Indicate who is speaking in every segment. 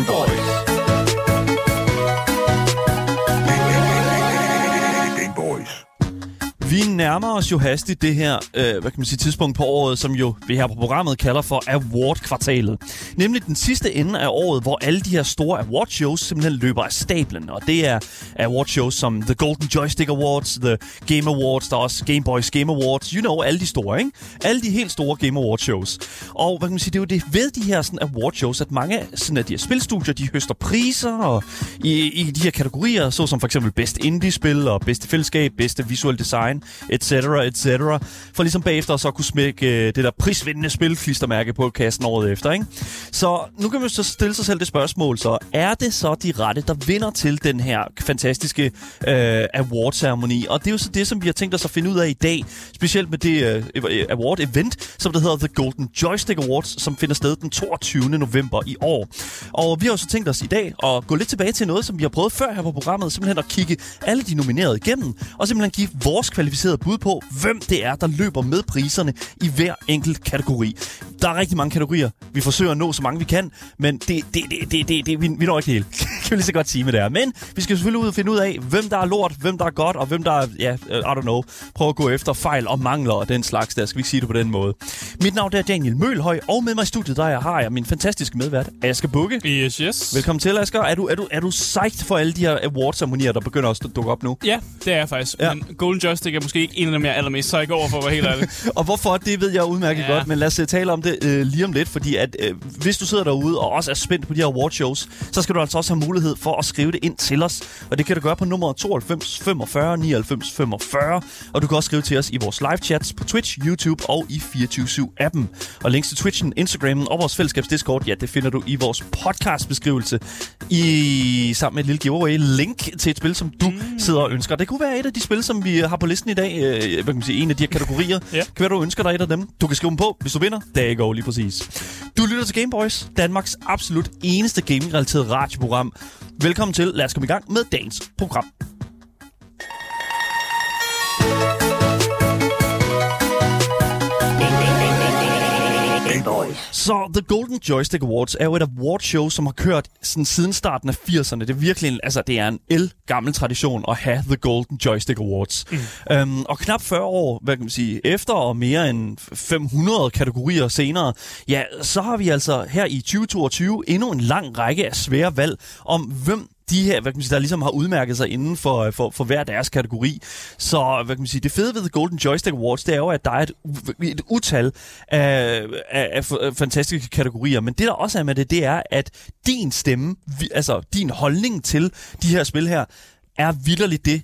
Speaker 1: Game Boys.
Speaker 2: Vi nærmer os jo hastigt det her tidspunkt på året, som jo vi her på programmet kalder for award-kvartalet. Nemlig den sidste ende af året, hvor alle de her store award-shows simpelthen løber af stablen. Og det er award-shows som The Golden Joystick Awards, The Game Awards, der er også Game Boys Game Awards. You know, alle de store, ikke? Alle de helt store Game Awards-shows. Og det er jo det ved de her sådan award-shows, at mange sådan, af de her spilstudier, de høster priser og i de her kategorier, såsom for eksempel bedste indie-spil og bedste fællesskab, bedste visual design, etc., for ligesom bagefter så kunne smække det der prisvindende spilklistermærke på kassen året efter, ikke? Så nu kan man så stille sig selv det spørgsmål, så er det så de rette, der vinder til den her fantastiske award-ceremoni? Og det er jo så det, som vi har tænkt os at finde ud af i dag, specielt med det award-event, som det hedder The Golden Joystick Awards, som finder sted den 22. november i år. Og vi har også tænkt os i dag at gå lidt tilbage til noget, som vi har prøvet før her på programmet, simpelthen at kigge alle de nominerede igennem, og simpelthen give vores kvalificerede bud på, hvem det er, der løber med priserne i hver enkelt kategori. Der er rigtig mange kategorier. Vi forsøger at nå så mange vi kan, men vi når ikke helt. Kan vi lige så godt sige med det her. Men vi skal selvfølgelig ud og finde ud af, hvem der er lort, hvem der er godt, og hvem der er, I don't know, prøve at gå efter fejl og mangler og den slags der. Skal vi ikke sige det på den måde. Mit navn er Daniel Mølhøj, og med mig i studiet, har jeg min fantastiske medvært, Asger Bugge.
Speaker 3: Yes.
Speaker 2: Velkommen til, Asger. Er du psyched for alle de her awards-ceremonier, der begynder at dukke op nu?
Speaker 3: Ja, det er jeg faktisk. Ja. Men Golden Joystick er måske ikke en af dem, jeg allermest psyched over for at være helt ærlig.
Speaker 2: Og hvorfor? Det ved jeg udmærket godt, men lad os tale om det lige om lidt, fordi at hvis du sidder derude og også er spændt på de her awardshows, så skal du altså også have mulighed for at skrive det ind til os, og det kan du gøre på nummeret 92 45 99 45, og du kan også skrive til os i vores live chats på Twitch, YouTube og i 24/7-appen. Og links til Twitchen, Instagrammen og vores fællesskabs Discord, ja, det finder du i vores podcastbeskrivelse sammen med et lille giveaway-link til et spil, som du sidder og ønsker. Det kunne være et af de spil, som vi har på listen i dag, en af de her kategorier. Ja. Kan være, du ønsker dig et af dem. Du kan skrive dem på, hvis du vinder. Der er go lige præcis. Du lytter til Game Boys, Danmarks absolut eneste gaming-relateret radioprogram. Velkommen til. Lad os komme i gang med dagens program. Så The Golden Joystick Awards er jo et awardshow, som har kørt siden starten af 80'erne. Det er virkelig det er en gammel tradition at have The Golden Joystick Awards. Og knap 40 år, efter og mere end 500 kategorier senere, ja, så har vi altså her i 2022 endnu en lang række af svære valg om, hvem de her, der ligesom har udmærket sig inden for hver deres kategori. Så, det fede ved The Golden Joystick Awards, det er jo, at der er et utal af fantastiske kategorier. Men det, der også er med det er, at din stemme, altså din holdning til de her spil her, er vitterligt det,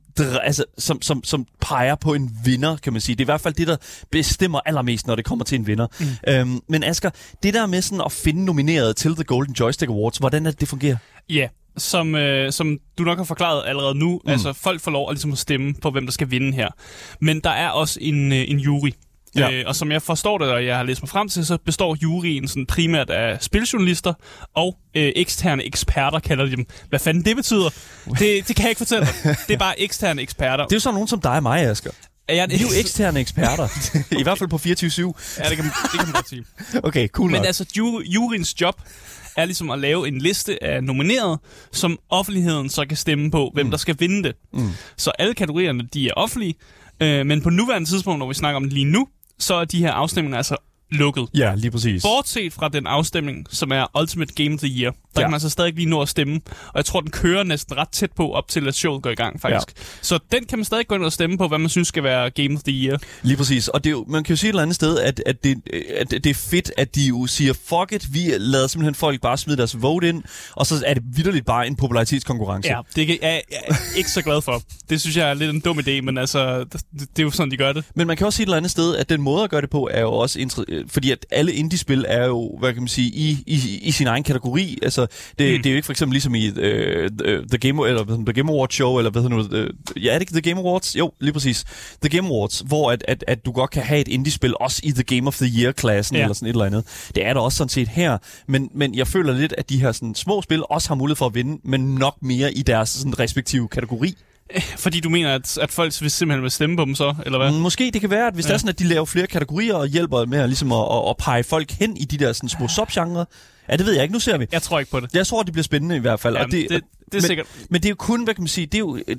Speaker 2: som peger på en vinder, kan man sige. Det er i hvert fald det, der bestemmer allermest, når det kommer til en vinder. Men Asger, det der med sådan at finde nomineret til The Golden Joystick Awards, hvordan er det fungerer?
Speaker 3: Ja, som du nok har forklaret allerede nu, altså folk får lov at, ligesom at stemme på, hvem der skal vinde her. Men der er også en jury. Ja. Og som jeg forstår det, og jeg har læst mig frem til, så består juryen sådan primært af spiljournalister og eksterne eksperter, kalder de dem. Hvad fanden det betyder? Det kan jeg ikke fortælle dig. Det er bare eksterne eksperter.
Speaker 2: Det er jo sådan nogen som dig og mig, Asger. Vi er jo eksterne eksperter. I hvert fald på 24/7.
Speaker 3: Ja, det kan man godt sige.
Speaker 2: Okay, cool nok.
Speaker 3: Men altså, juryens job er ligesom at lave en liste af nominerede, som offentligheden så kan stemme på, hvem der skal vinde det. Så alle kategorierne, de er offentlige, men på nuværende tidspunkt, når vi snakker om det lige nu, så er de her afstemninger altså lukket.
Speaker 2: Ja, lige præcis.
Speaker 3: Bortset fra den afstemning, som er Ultimate Game of the Year. Der kan man altså stadig lige nå at stemme. Og jeg tror, den kører næsten ret tæt på, op til at showet går i gang, faktisk. Ja. Så den kan man stadig gå ind og stemme på, hvad man synes skal være Game of the Year. Lige
Speaker 2: præcis. Og det er jo, man kan jo sige et eller andet sted, at det er fedt, at de jo siger, fuck it, vi lader simpelthen folk bare smide deres vote ind, og så er det vitterligt bare en popularitetskonkurrence.
Speaker 3: Ja, det er jeg ikke så glad for. Det synes jeg er lidt en dum idé, men altså, det er jo sådan, de gør det.
Speaker 2: Men man kan også sige et eller andet sted, at den måde at gøre det på er jo også fordi at alle indie-spil er jo, hvad kan man sige, i sin egen kategori. Altså, det er jo ikke for eksempel ligesom i The Game Awards show, eller hvad hedder nu, ja, er det ikke The Game Awards? Jo, lige præcis. The Game Awards, hvor at du godt kan have et indie-spil også i The Game of the Year-klassen, eller sådan et eller andet. Det er der også sådan set her, men jeg føler lidt, at de her sådan små spil også har mulighed for at vinde, men nok mere i deres sådan respektive kategori.
Speaker 3: Fordi du mener, at folk simpelthen vil stemme på dem så, eller hvad?
Speaker 2: Måske det kan være, at hvis det er sådan, at de laver flere kategorier og hjælper med ligesom at pege folk hen i de der sådan, små subgenre. Ja, det ved jeg ikke. Nu ser vi.
Speaker 3: Jeg tror ikke på det.
Speaker 2: Jeg tror, det bliver spændende i hvert fald.
Speaker 3: Jamen,
Speaker 2: og
Speaker 3: det er sikkert.
Speaker 2: Men det er jo kun, hvad kan man sige, det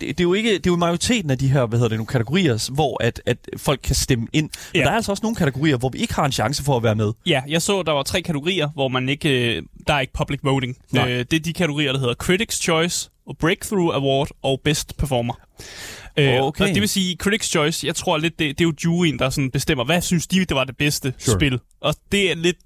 Speaker 2: er jo majoriteten af de her, nogle kategorier, hvor at folk kan stemme ind. Ja. Og der er altså også nogle kategorier, hvor vi ikke har en chance for at være med.
Speaker 3: Ja, jeg så, der var 3 kategorier, hvor man ikke, der er ikke public voting. Det er de kategorier, der hedder Critics' Choice, og Breakthrough Award og Best Performer. Okay. Og det vil sige, Critics' Choice, jeg tror lidt, det er jo juryen, der sådan bestemmer, hvad synes de, det var det bedste spil. Og det er lidt,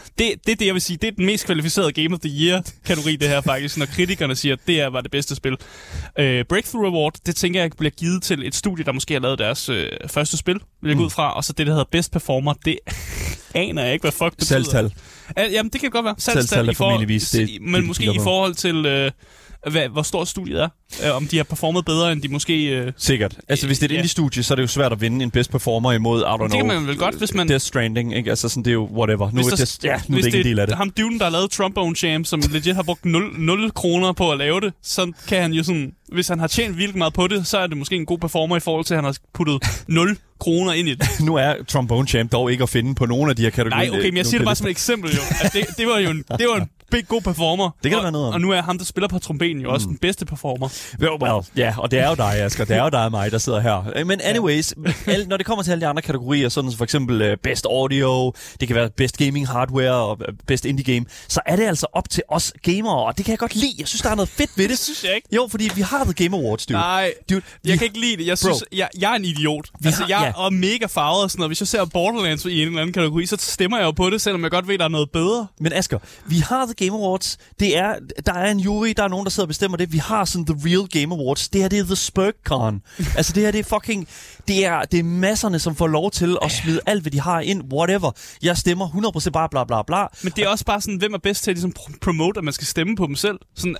Speaker 3: det jeg vil sige, det er den mest kvalificerede Game of the Year-kategori, det her faktisk, når kritikerne siger, at det var det bedste spil. Breakthrough Award, det tænker jeg bliver givet til et studie, der måske har lavet deres første spil, vil jeg gå ud fra, og så det, der hedder Best Performer, det aner jeg ikke, hvad fuck betyder.
Speaker 2: Salgstal.
Speaker 3: Jamen, det kan godt være.
Speaker 2: Salgstal er formentligvis det.
Speaker 3: Men måske i forhold til... hvor stort studiet er, om de har performet bedre, end de måske...
Speaker 2: Sikkert. Altså, hvis det er et indie-studie, så er det jo svært at vinde en best performer imod, I don't know...
Speaker 3: Det kan man vel godt, hvis man...
Speaker 2: Death Stranding, ikke? Altså, sådan, det er jo whatever. Nu er det ikke en del af det.
Speaker 3: Ham dyven, der har lavet Trombone Champ, som legit har brugt 0 kroner på at lave det, så kan han jo sådan... Hvis han har tjent virkelig meget på det, så er det måske en god performer i forhold til, at han har puttet 0 kroner ind i det.
Speaker 2: Nu er Trombone Champ dog ikke at finde på nogen af de her kategorier.
Speaker 3: Nej, okay, men jeg siger det bare som et eksempel, jo. At det var jo en big god performer.
Speaker 2: Det kan der være noget om.
Speaker 3: Og nu er ham, der spiller på trompeten, jo også den bedste performer.
Speaker 2: Well, ja, og det er jo dig, Asger. Det er jo dig og mig, der sidder her. Men anyways, når det kommer til alle de andre kategorier, sådan som for eksempel Best Audio, det kan være Best Gaming Hardware og Best Indie Game, så er det altså op til os gamere, og det kan jeg godt lide. Jeg synes, der er noget fedt ved det.
Speaker 3: Det synes jeg ikke.
Speaker 2: Jo, fordi vi har The Game Awards, dude.
Speaker 3: Nej, jeg kan ikke lide det. Jeg synes, jeg er en idiot. Altså, jeg er mega farvet og sådan noget. Hvis jeg ser Borderlands i en eller anden kategori, så stemmer jeg jo på det, selvom jeg godt ved, der er noget bedre.
Speaker 2: Men Asger, vi har The Game Awards. Der er en jury, der er nogen, der sidder og bestemmer det. Vi har sådan The Real Game Awards. Det her, det er The SpurgCon. Altså, det her, det er fucking... Det er masserne, som får lov til at smide alt, hvad de har ind. Whatever. Jeg stemmer 100% bare bla bla bla.
Speaker 3: Men det er også bare sådan, hvem er bedst til at ligesom promote, at man skal stemme på dem selv. Sådan,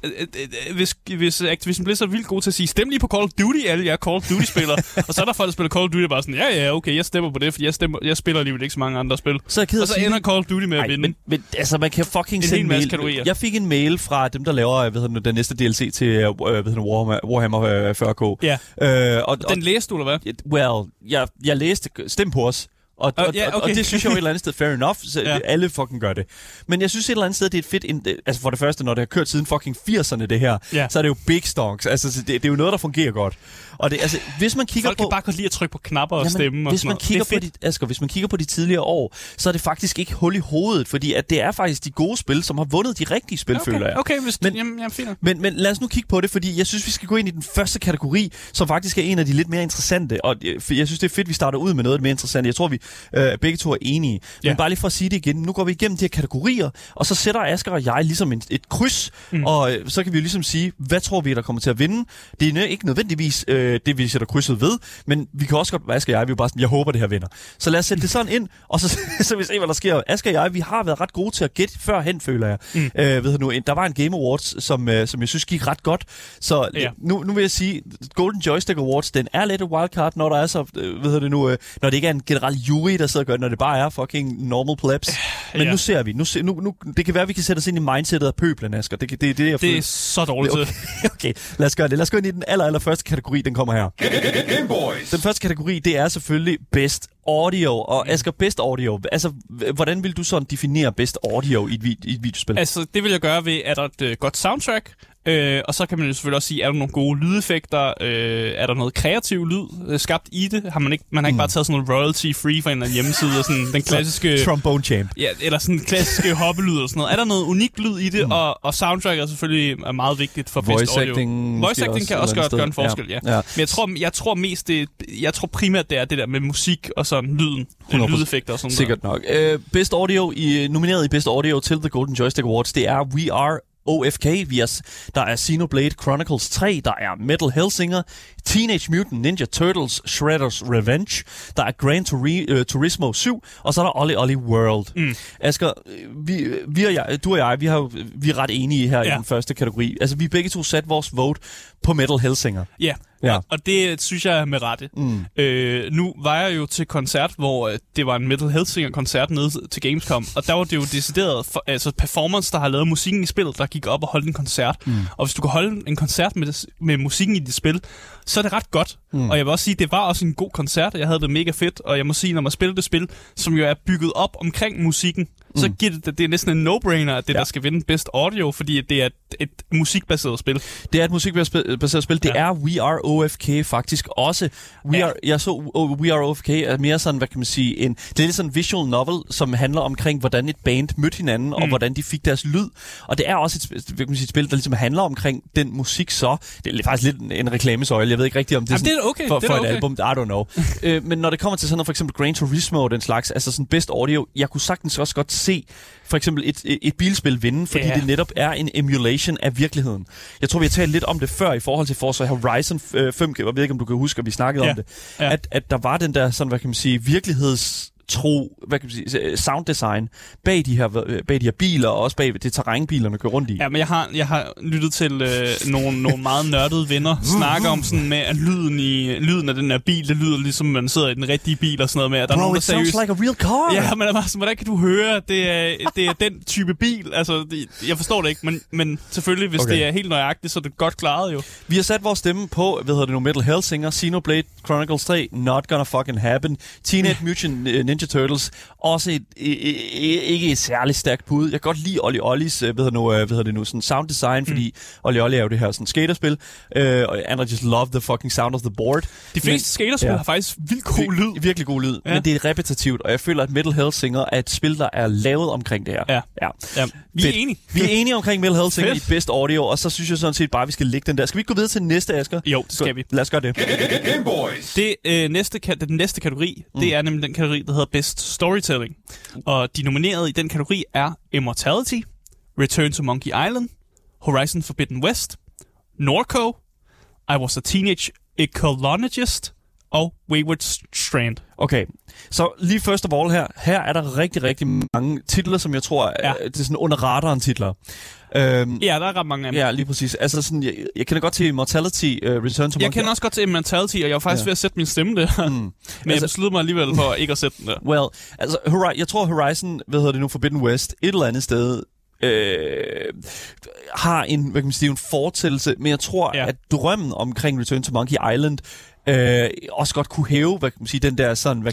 Speaker 3: hvis Activision Blizzard er vildt god til at sige, stem lige på Call of Duty, alle jer Call of Duty-spillere. Og så er der folk, der spiller Call of Duty, bare sådan, ja, okay, jeg stemmer på det, for jeg spiller alligevel ikke så mange andre spil.
Speaker 2: Så og
Speaker 3: så ender Call of Duty med at vinde.
Speaker 2: Men altså, man kan fucking sende mail. Jeg fik en mail fra dem, der laver den næste DLC til Warhammer 40K.
Speaker 3: Ja. Den læste du, eller hvad?
Speaker 2: Well, jeg læste Stem på os. Og det synes jeg jo et eller andet sted fair enough. Så alle fucking gør det. Men jeg synes et eller andet sted, det er et fedt... altså for det første, når det har kørt siden fucking 80'erne, det her, så er det jo big stonks. Altså det er jo noget, der fungerer godt. Og det, altså, hvis man kigger
Speaker 3: folk kan bare godt lide at trykke på knapper og stemme.
Speaker 2: Hvis man kigger hvis man kigger på de tidligere år, så er det faktisk ikke hul i hovedet, fordi at det er faktisk de gode spil, som har vundet de rigtige spil, føler jeg.
Speaker 3: Okay, jamen fint.
Speaker 2: Men lad os nu kigge på det, fordi jeg synes, vi skal gå ind i den første kategori, som faktisk er en af de lidt mere interessante. Og jeg synes, det er fedt, vi starter ud med noget af det mere interessante. Jeg tror, vi begge to er enige. Men bare lige for at sige det igen, nu går vi igennem de her kategorier, og så sætter Asger og jeg ligesom et kryds, og så kan vi jo ligesom sige, hvad tror vi, der kommer til at vinde. Det er ikke nødvendigvis det, vi sætter krydset ved, men vi kan også godt, Asger og jeg, vi er bare sådan, jeg håber, det her vinder. Så lad os sætte det sådan ind, og så vi se, hvad der sker. Asger og jeg, vi har været ret gode til at gætte førhen, føler jeg. Der var en Game Awards, som jeg synes gik ret godt. Så nu vil jeg sige, Golden Joystick Awards, den er lidt et wildcard, når der er så, når det ikke er en generel jury, der sidder og gør det, når det bare er fucking normal plebs. Men nu ser vi. Nu, det kan være, vi kan sætte os ind i mindsetet af pøblen, Asger. Det
Speaker 3: er så dårligt til.
Speaker 2: Okay, lad os gøre det. Lad os gå ind i den allerførste kategori, den kommer her. Game Boys. Den første kategori, det er selvfølgelig Best Audio. Og Asger, Best Audio. Altså, hvordan vil du sådan definere Best Audio i et videospil?
Speaker 3: Altså, det vil jeg gøre ved, at der er et godt soundtrack. Og så kan man jo selvfølgelig også sige, er der nogle gode lydeffekter? Er der noget kreativ lyd skabt i det? Man har ikke bare taget sådan noget royalty-free fra en eller anden hjemmeside, og sådan den klassiske...
Speaker 2: Trombone Champ.
Speaker 3: Ja, eller sådan den klassiske hoppelyd eller sådan noget. Er der noget unik lyd i det? Og soundtrack er selvfølgelig meget vigtigt for Best Audio. Voice acting kan også gøre en forskel, ja. Men jeg tror mest, jeg tror primært, det er det der med musik og sådan lyden. Lydeffekter og sådan
Speaker 2: sikkert nok. Best Audio, nomineret i Best Audio til The Golden Joystick Awards, det er We Are OFK, der er Xenoblade Chronicles 3, der er Metal Hellsinger, Teenage Mutant Ninja Turtles Shredder's Revenge, der er Gran Turismo 7, og så er der Ollie Ollie World. Asger, du og jeg, vi er ret enige her i den første kategori. Altså, vi begge to satte vores vote på Metal Hellsinger.
Speaker 3: Ja, og det synes jeg er med rette. Nu var jeg jo til koncert, hvor det var en Metal Hellsinger-koncert nede til Gamescom, og der var det jo decideret performance, der har lavet musikken i spillet, der gik op og holdt en koncert. Og hvis du kan holde en koncert med musikken i dit spil, så er det ret godt. Og jeg vil også sige, det var også en god koncert, jeg havde det mega fedt, og jeg må sige, når man spiller det spil, som jo er bygget op omkring musikken, så giver det er næsten en no-brainer, at det der skal vinde Best Audio, fordi det er et musikbaseret spil.
Speaker 2: Det er et musikbaseret spil. Det er We Are OFK faktisk også. Jeg så We Are OFK er mere sådan, hvad kan man sige, det er lidt sådan en visual novel, som handler omkring, hvordan et band mødte hinanden, og hvordan de fik deres lyd. Og det er også et spil, der ligesom handler omkring den musik så. Det er faktisk lidt en reklamesøjle. Jeg ved ikke rigtigt, om det er sådan,
Speaker 3: okay.
Speaker 2: for et album. I don't know. Men når det kommer til sådan noget, for eksempel Gran Turismo og den slags, altså sådan Best Audio, jeg kunne sagtens også godt se for eksempel et bilspil vinde, fordi det netop er en emulation af virkeligheden. Jeg tror, vi har talt lidt om det før i forhold til Forza Horizon 5. Jeg ved ikke, om du kan huske, at vi snakkede om det. At der var den der, sådan, hvad kan man sige, hvad kan man sige, sound design bag de her biler, og også bag det terrænbilerne kører rundt i.
Speaker 3: Ja, men jeg har lyttet til nogle meget nørdede venner snakke om sådan med, at lyden af den her bil, det lyder ligesom, man sidder i den rigtige bil og sådan noget med, at der er nogen, der
Speaker 2: sounds like a real car!
Speaker 3: Ja, men hvordan kan du høre, at det er den type bil? Altså, jeg forstår det ikke, men selvfølgelig, hvis det er helt nøjagtigt, så er det godt klaret jo.
Speaker 2: Vi har sat vores stemme på, Metal Hellsinger, Xenoblade Chronicles 3, Not Gonna Fucking Happen, Teenage Mutant Ninja Turtles, også ikke et særligt stærkt bud. Jeg kan godt lide Olli Ollis, sådan sound design, fordi Olli Olli er jo det her sådan skaterspil, and I just love the fucking sound of the board.
Speaker 3: De fleste skaterspil har faktisk vildt god lyd.
Speaker 2: Virkelig god lyd, men det er repetitivt, og jeg føler, at Metal Hellsinger er et spil, der er lavet omkring det her.
Speaker 3: Ja. Vi er enige.
Speaker 2: Vi er enige omkring Metal Hellsinger i Best Audio, og så synes jeg sådan set bare, vi skal lægge den der. Skal vi gå videre til den næste, Asger?
Speaker 3: Jo, det skal vi.
Speaker 2: Lad os gøre det.
Speaker 1: Game Boys.
Speaker 3: Den næste kategori, det er nemlig den kategori, der hedder Best Storytelling. Og de nominerede i den kategori er Immortality, Return to Monkey Island, Horizon Forbidden West, Norco, I Was a Teenage Ecologist og Wayward Strand.
Speaker 2: Okay, så lige først af all her er der rigtig, rigtig mange titler, som jeg tror er sådan under radaren titler.
Speaker 3: Ja, der er ret mange af dem.
Speaker 2: Ja, lige præcis. Altså sådan, jeg kender godt til Immortality, Return to Monkey.
Speaker 3: Jeg kender også godt til Immortality, og jeg var faktisk ved at sætte min stemme der. Men jeg besluttede mig alligevel for ikke at sætte den der.
Speaker 2: Well, altså, jeg tror Horizon, Forbidden West, et eller andet sted, har en fortællelse, men jeg tror, at drømmen omkring Return to Monkey Island også godt kunne hæve, den der sådan,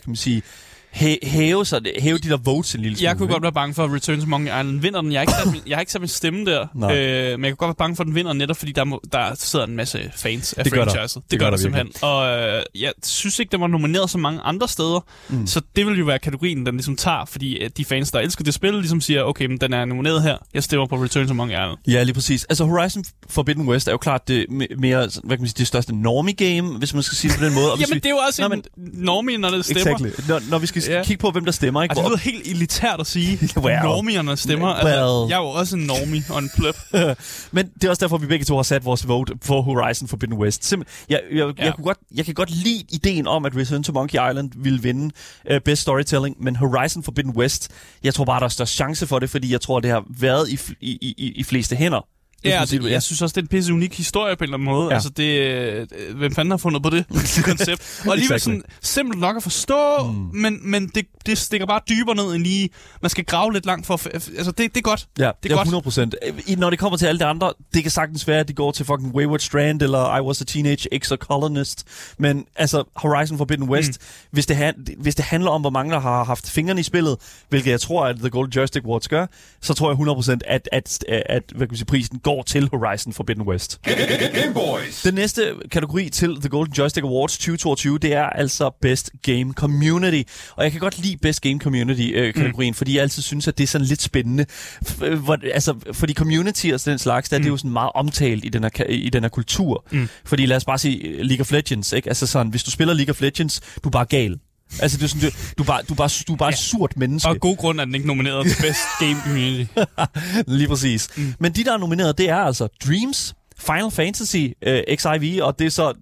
Speaker 2: hæve de der votes en lille smule.
Speaker 3: Jeg kunne godt være bange for, at Return to Monkey Island vinder den. Jeg har ikke sat min stemme der, men jeg kunne godt være bange for, at den vinder netop, fordi der sidder en masse fans af franchiset. Det gør der simpelthen. Og jeg synes ikke, den var nomineret så mange andre steder, så det vil jo være kategorien, den ligesom tager, fordi de fans, der elsker det spil, ligesom siger, okay, men den er nomineret her, jeg stemmer på Return to Monkey Island.
Speaker 2: Ja, lige præcis. Altså Horizon Forbidden West er jo klart det mere, det største normie-game, hvis man skal sige det på den måde.
Speaker 3: Jamen, det er jo også normie, når det stemmer.
Speaker 2: Exactly. Når vi skal kigge på, hvem der stemmer, ikke?
Speaker 3: Det lyder helt elitært at sige, normierne stemmer. Altså, jeg er jo også en normie og en pleb.
Speaker 2: Men det er også derfor, vi begge to har sat vores vote på Horizon Forbidden West. Jeg kan godt lide ideen om, at Return to Monkey Island ville vinde Best Storytelling, men Horizon Forbidden West, jeg tror bare, der er størst chance for det, fordi jeg tror, det har været i fleste hænder.
Speaker 3: Ja, jeg synes også, det er en pisse unik historie på en eller anden måde. Ja. Altså, hvem fanden har fundet på det koncept? Og alligevel sådan simpelt nok at forstå, men det stikker bare dybere ned end lige. Man skal grave lidt langt for. Altså, det er godt.
Speaker 2: Ja, det er 100%. Når det kommer til alle de andre, det kan sagtens være, at de går til fucking Wayward Strand, eller I Was a Teenage Ex-Colonist. Men altså, Horizon Forbidden West, hvis det handler om, hvor mange der har haft fingrene i spillet, hvilket jeg tror, at The Golden Joystick Awards gør, så tror jeg 100%, at hvad kan man sige, prisen går til Horizon Forbidden West.
Speaker 1: Game Boys.
Speaker 2: Den næste kategori til The Golden Joystick Awards 2022, det er altså Best Game Community. Og jeg kan godt lide Best Game Community-kategorien, fordi jeg altid synes, at det er sådan lidt spændende. Fordi community og den slags, der er det jo sådan meget omtalt i den her kultur. Fordi lad os bare sige League of Legends, ikke? Altså sådan, hvis du spiller League of Legends, du er bare gal. Altså, det er sådan, du er bare et surt menneske.
Speaker 3: Og af god grund er den ikke nomineret til Best Game Community.
Speaker 2: Lige præcis. Men de, der er nomineret, det er altså Dreams, Final Fantasy, XIV, og det er så,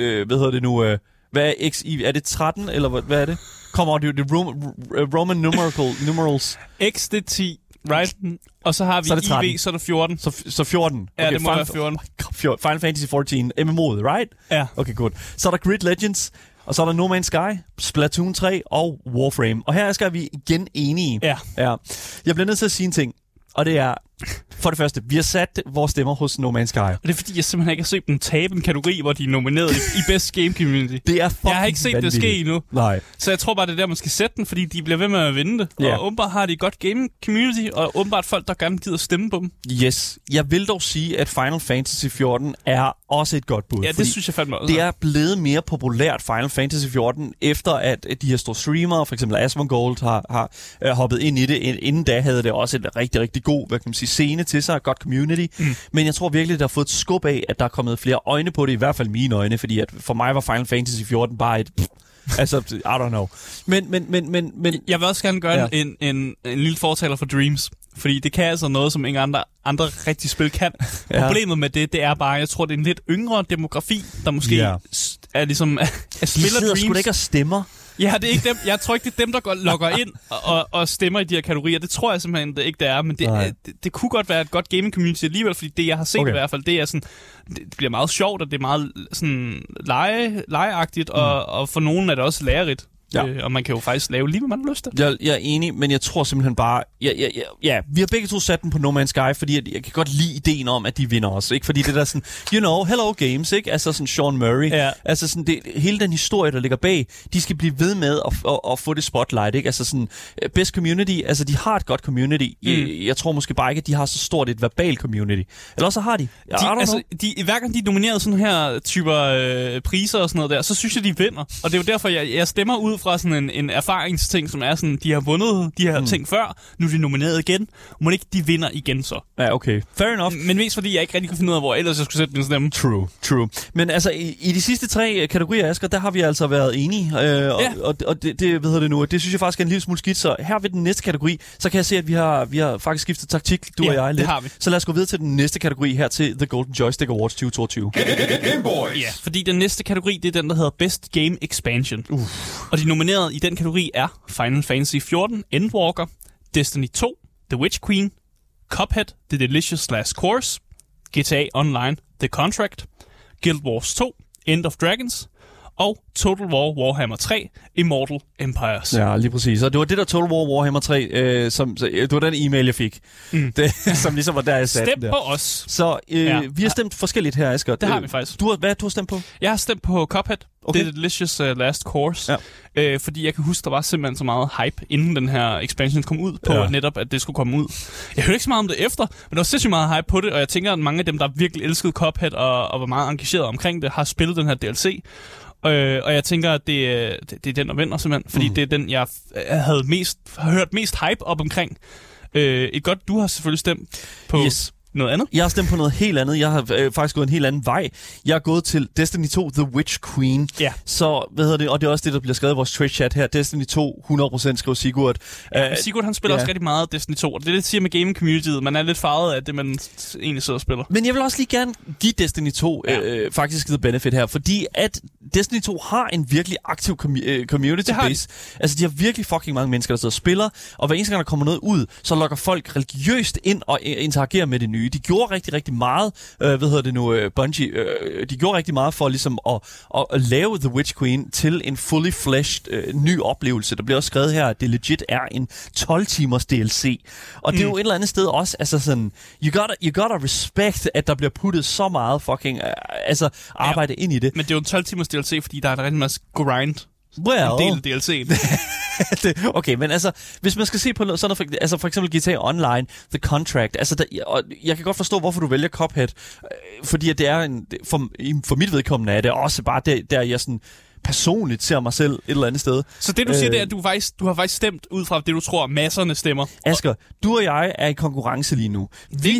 Speaker 2: hvad er XIV? Er det 13, eller hvad er det? Kommer det Roman numerals.
Speaker 3: X, det er 10, right? Og så har vi så IV, så er der 14.
Speaker 2: Så 14.
Speaker 3: Okay, ja, det må være 14.
Speaker 2: Final Fantasy 14, MMO'et, right?
Speaker 3: Ja.
Speaker 2: Okay, godt. Så er der Grid Legends, og så er der No Man's Sky, Splatoon 3 og Warframe. Og her skal vi igen enige.
Speaker 3: Ja.
Speaker 2: Jeg bliver nødt til at sige en ting, og det er, For det første, vi har sat vores stemmer hos No Man's Sky.
Speaker 3: Og det er fordi, jeg simpelthen ikke har set dem tabe en kategori, hvor de er nomineret i Best Game Community.
Speaker 2: Det er fucking
Speaker 3: Jeg har ikke set
Speaker 2: vanvittigt.
Speaker 3: det ske endnu.
Speaker 2: Nej.
Speaker 3: Så jeg tror bare, det er der, man skal sætte den, fordi de bliver ved med at vinde det.
Speaker 2: Ja.
Speaker 3: Og åbenbart har de et godt game community, og åbenbart folk, der gerne gider stemme på dem.
Speaker 2: Yes. Jeg vil dog sige, at Final Fantasy 14 er også et godt bud.
Speaker 3: Ja, det synes jeg fandme også.
Speaker 2: Det er blevet mere populært, Final Fantasy 14, efter at de her store streamere, for eksempel Asmongold, har hoppet ind i det. Inden da havde det også en rigtig, rigtig god, hvad kan man sige, scene til sig, godt community. Men jeg tror virkelig, der har fået et skub af, at der er kommet flere øjne på det, i hvert fald mine øjne, fordi at for mig var Final Fantasy 14 bare et... altså, I don't know. Men
Speaker 3: jeg vil også gerne gøre en lille fortaler for Dreams. Fordi det kan altså noget, som ingen andre rigtige spil kan.
Speaker 2: Ja.
Speaker 3: Problemet med det er bare, jeg tror, det er en lidt yngre demografi, der måske er ligesom...
Speaker 2: de sidder sgu da ikke og stemmer.
Speaker 3: Ja, det er ikke dem. Jeg tror ikke, det er dem, der logger ind og stemmer i de her kategorier. Det tror jeg simpelthen det ikke, det er. Men det kunne godt være et godt gaming community alligevel, fordi det, jeg har set i hvert fald, det er sådan... Det bliver meget sjovt, og det er meget sådan legeagtigt, og for nogen er det også lærerigt. Ja. Og man kan jo faktisk lave lige, hvad man har lyst til.
Speaker 2: Jeg er enig, men jeg tror simpelthen bare... Ja, vi har begge to sat den på No Man's Sky, fordi jeg kan godt lide ideen om, at de vinder også. Ikke? Fordi det der sådan, hello games, ikke? Altså sådan Sean Murray. Ja. Altså sådan, hele den historie, der ligger bag, de skal blive ved med at få det spotlight, ikke? Altså sådan, best community, altså de har et godt community. Jeg tror måske bare ikke, at de har så stort et verbal community. Eller også har de.
Speaker 3: Hver gang de er nomineret sådan her typer priser og sådan noget der, så synes jeg, de vinder. Og det er jo derfor, jeg stemmer ud fra sådan en erfaringsting, som er sådan, de har vundet de her ting før, nu er de nomineret igen. Må ikke de vinder igen så?
Speaker 2: Ja, okay. Fair enough.
Speaker 3: Men mest fordi, jeg ikke rigtig kunne finde ud af, hvor ellers jeg skulle sætte min stemme.
Speaker 2: True. Men altså, i de sidste 3 kategorier, Asger, der har vi altså været enige. Og det hvad hedder det nu? Det synes jeg faktisk er en lille smule skidt. Så her ved den næste kategori, så kan jeg se, at vi har faktisk skiftet taktik, du og jeg lidt.
Speaker 3: Det har vi.
Speaker 2: Så lad os gå videre til den næste kategori her til The Golden Joystick Awards 2022.
Speaker 1: Game Boys.
Speaker 3: Ja, fordi den næste kategori, det er den, der hedder Best Game Expansion. Og de nominerede i den kategori er Final Fantasy 14, Endwalker, Destiny 2, The Witch Queen, Cuphead, The Delicious Last Course, GTA Online, The Contract, Guild Wars 2, End of Dragons, og Total War Warhammer 3, Immortal Empires.
Speaker 2: Ja, lige præcis. Og det var det der Total War Warhammer 3, det var den e-mail, jeg fik. Det, som ligesom var der, jeg satte
Speaker 3: Stem på os.
Speaker 2: Så vi har stemt forskelligt her, Asger.
Speaker 3: Det har vi faktisk.
Speaker 2: Hvad du har stemt på?
Speaker 3: Jeg har stemt på Cuphead. Okay. The Delicious Last Course. Ja. Fordi jeg kan huske, der var simpelthen så meget hype, inden den her expansion kom ud, på netop, at det skulle komme ud. Jeg hørte ikke så meget om det efter, men der var sindssygt meget hype på det, og jeg tænker, at mange af dem, der virkelig elskede Cuphead og var meget engageret omkring det, har spillet den her DLC. Og jeg tænker, at det er den, der vinder simpelthen, fordi det er den, jeg har hørt mest hype op omkring. Du har selvfølgelig stemt på noget andet.
Speaker 2: Jeg har stemt på noget helt andet. Jeg har faktisk gået en helt anden vej. Jeg er gået til Destiny 2, The Witch Queen.
Speaker 3: Ja.
Speaker 2: Så, hvad hedder det? Og det er også det, der bliver skrevet i vores Twitch-chat her. Destiny 2, 100% skriver Sigurd.
Speaker 3: Sigurd, han spiller også rigtig meget Destiny 2. Og det er det, siger med gaming communityet. Man er lidt farvet af det, man egentlig sidder og spiller.
Speaker 2: Men jeg vil også lige gerne give Destiny 2 faktisk the benefit her. Fordi at Destiny 2 har en virkelig aktiv community base. Altså, de har virkelig fucking mange mennesker, der sidder og spiller. Og hver eneste gang, der kommer noget ud, så lokker folk religiøst ind og interagerer med det nye. De gjorde rigtig, rigtig meget, Bungie, de gjorde rigtig meget for ligesom at lave The Witch Queen til en fully fleshed ny oplevelse. Der bliver også skrevet her, at det legit er en 12-timers DLC. Og det er jo et eller andet sted også, altså sådan, you gotta respect, at der bliver puttet så meget fucking arbejde ind i det.
Speaker 3: Men det er jo en 12-timers DLC, fordi der er en rigtig masse grind. En del DLC'en.
Speaker 2: Okay, men altså, hvis man skal se på noget, sådan noget, altså for eksempel GTA Online, The Contract, altså og jeg kan godt forstå, hvorfor du vælger Cuphead, fordi at det er for mit vedkommende er det også bare der jeg sådan personligt ser mig selv et eller andet sted.
Speaker 3: Så det du siger, det er, at du har faktisk stemt ud fra det, du tror, masserne stemmer.
Speaker 2: Asger, du og jeg er i konkurrence lige nu.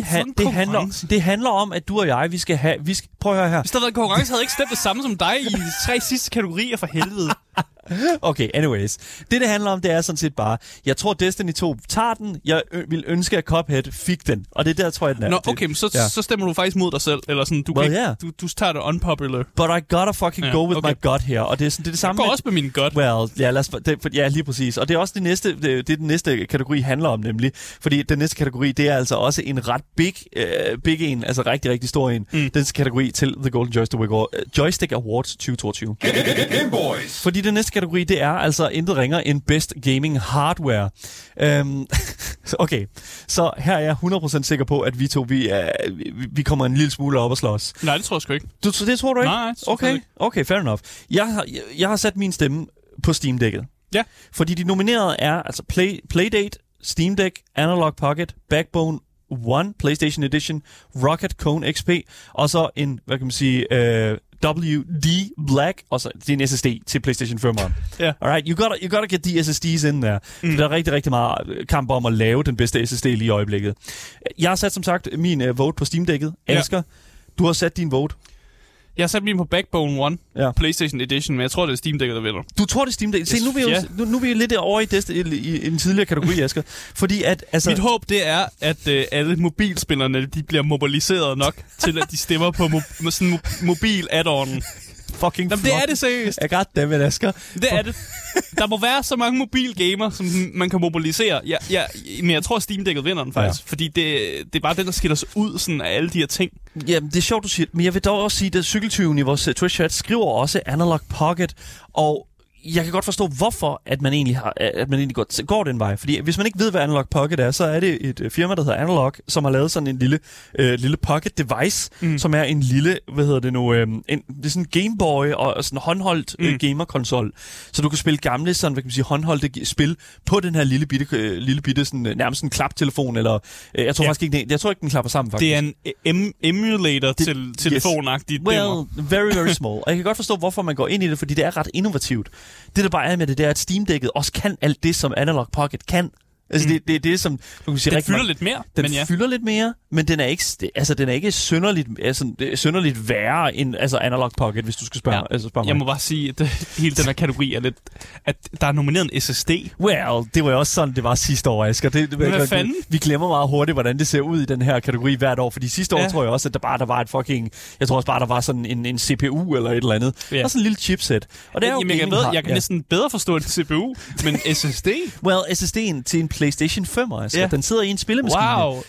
Speaker 2: Det handler om, at du og jeg, prøv at høre her.
Speaker 3: Hvis der havde været konkurrence, havde jeg ikke stemt det samme som dig i de 3 sidste kategorier, for helvede.
Speaker 2: Okay, anyways. Det handler om, det er sådan set bare, jeg tror Destiny 2 tager den, jeg vil ønske, at Cuphead fik den. Og det er der, tror jeg, den er.
Speaker 3: Nå, okay, men så stemmer du faktisk mod dig selv. Eller sådan, du tager det unpopular.
Speaker 2: But I gotta fucking go with my gut her. Og det er det samme.
Speaker 3: Jeg går også med min gut.
Speaker 2: Well, lige præcis. Og det er også det den næste kategori handler om, nemlig. Fordi den næste kategori, det er altså også en ret big en, altså rigtig, rigtig stor en. Den næste kategori til The Golden Joystick Awards 2022.
Speaker 1: Game Boys.
Speaker 2: Fordi den næste kategori, det er altså intet ringer end Best Gaming Hardware. Okay, så her er jeg 100% sikker på, at vi to, vi kommer en lille smule op og slås.
Speaker 3: Nej, det tror jeg sgu ikke.
Speaker 2: Det tror du ikke?
Speaker 3: Nej,
Speaker 2: Okay, fair enough. Jeg har sat min stemme på Steam-dækket.
Speaker 3: Ja.
Speaker 2: Fordi de nominerede er altså Playdate, Steam Deck, Analog Pocket, Backbone One, PlayStation Edition, Rocket Cone XP, og så en, hvad kan man sige, WD Black, og så det er en SSD til PlayStation 5.
Speaker 3: Yeah.
Speaker 2: Alright, you gotta get de SSDs in der. Der er rigtig, rigtig meget kamp om at lave den bedste SSD lige i øjeblikket. Jeg har sat, som sagt, min vote på Steam-dækket. Asger, du har sat din vote.
Speaker 3: Jeg har sat min på Backbone One, PlayStation Edition, men jeg tror, det er Steam-dækket, der vinder.
Speaker 2: Du tror, det er Steam-dækket? Se, nu er vi jo lidt over i en tidligere kategori, Asger. Fordi at, altså...
Speaker 3: Mit håb, det er, at alle mobilspillerne, de bliver mobiliseret nok til, at de stemmer på sådan mobil add-on.
Speaker 2: Fucking
Speaker 3: jamen, det er det seriøst.
Speaker 2: Jeg goddammit, Asger.
Speaker 3: Det er det. Der må være så mange mobilgamer, som man kan mobilisere. Men jeg tror, Steam-dækket vinder den faktisk. Ja. Fordi det er bare den, der skiller sig ud sådan, af alle de her ting.
Speaker 2: Jamen, det er sjovt, du siger. Men jeg vil dog også sige, at cykeltyven i vores Twitch-chat skriver også Analog Pocket. Og jeg kan godt forstå, hvorfor at man egentlig går den vej. Fordi hvis man ikke ved, hvad Analog Pocket er, så er det et firma, der hedder Analog, som har lavet sådan en lille pocket device, som er en lille, det er sådan en Game Boy og sådan en håndholdt gamerkonsol. Så du kan spille gamle sådan, hvad kan man sige, håndholdte spil på den her lille bitte sådan, nærmest en klaptelefon, eller jeg tror faktisk ikke, den klapper sammen faktisk.
Speaker 3: Det er en emulator til telefonagtigt.
Speaker 2: Well, very, very small. Og jeg kan godt forstå, hvorfor man går ind i det, fordi det er ret innovativt. Det, der bare er med det, er, at Steam-dækket også kan alt det, som Analog Pocket kan. Altså, det er det, som... Du kan sige,
Speaker 3: den fylder lidt mere.
Speaker 2: Den fylder lidt mere, men den er ikke synderligt værre end Analog Pocket, hvis du skal spørge mig.
Speaker 3: Jeg må bare sige, at hele den her kategori er lidt... At der er nomineret en SSD.
Speaker 2: Well, det var jo også sådan, det var sidste år, Asger.
Speaker 3: Hvad fanden?
Speaker 2: Vi glemmer meget hurtigt, hvordan det ser ud i den her kategori hvert år, fordi sidste år tror jeg også, at der var et fucking... Jeg tror også bare, der var sådan en CPU eller et eller andet. Ja. Og sådan en lille chipset. Og det er jo
Speaker 3: jeg kan næsten bedre forstå en CPU, men SSD?
Speaker 2: Well, SSD'en til en PlayStation 5, Asger. Yeah. Den sidder i en spillemaskine.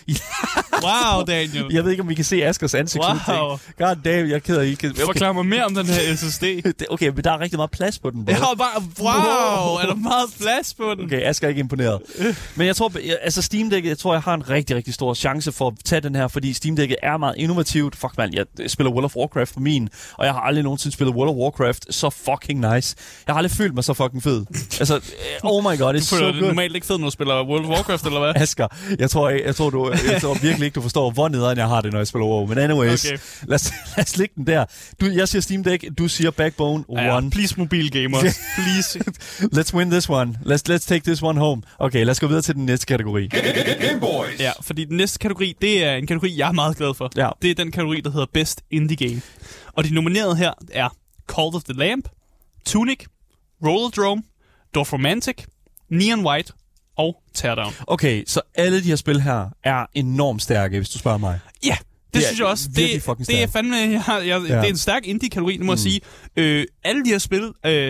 Speaker 3: Wow, Daniel.
Speaker 2: Jeg ved ikke, om vi kan se Asgers ansigt.
Speaker 3: Wow.
Speaker 2: God damn, jeg er ked af ikke.
Speaker 3: Okay. Forklar mig mere om den her SSD.
Speaker 2: Okay, men der er rigtig meget plads på den.
Speaker 3: Jeg har bare... Wow, er der meget plads på den?
Speaker 2: Okay, Asger er ikke imponeret. Men jeg tror, Steam-dækket, jeg har en rigtig, rigtig stor chance for at tage den her, fordi Steam-dækket er meget innovativt. Fuck man, jeg spiller World of Warcraft på min, og jeg har aldrig nogensinde spillet World of Warcraft så fucking nice. Jeg har aldrig følt mig så fucking fed. Altså, oh my god, det er så godt. Du føler
Speaker 3: normalt ikke fed, når du spiller World of Warcraft, eller hvad?
Speaker 2: Asger, jeg tror virkelig ikke, du forstår, hvor nederen jeg har det, når jeg spiller WoW. Men anyways, okay. lad os lægge den der. Jeg siger Steam Deck, du siger Backbone One.
Speaker 3: Please, mobil gamers. Please.
Speaker 2: Let's win this one. Let's take this one home. Okay, lad os gå videre til den næste kategori.
Speaker 1: Game Boys.
Speaker 3: Ja, fordi den næste kategori, det er en kategori, jeg er meget glad for.
Speaker 2: Ja.
Speaker 3: Det er den kategori, der hedder Best Indie Game. Og de nominerede her er Call of the Lamb, Tunic, Rollerdrome, Dorfromantic, Neon White og Teardown.
Speaker 2: Okay, så alle de her spil her er enormt stærke, hvis du spørger mig.
Speaker 3: Ja, det synes jeg også. Det er fandme... Det er en stærk indie-kategori, det må jeg sige. Alle de her spil...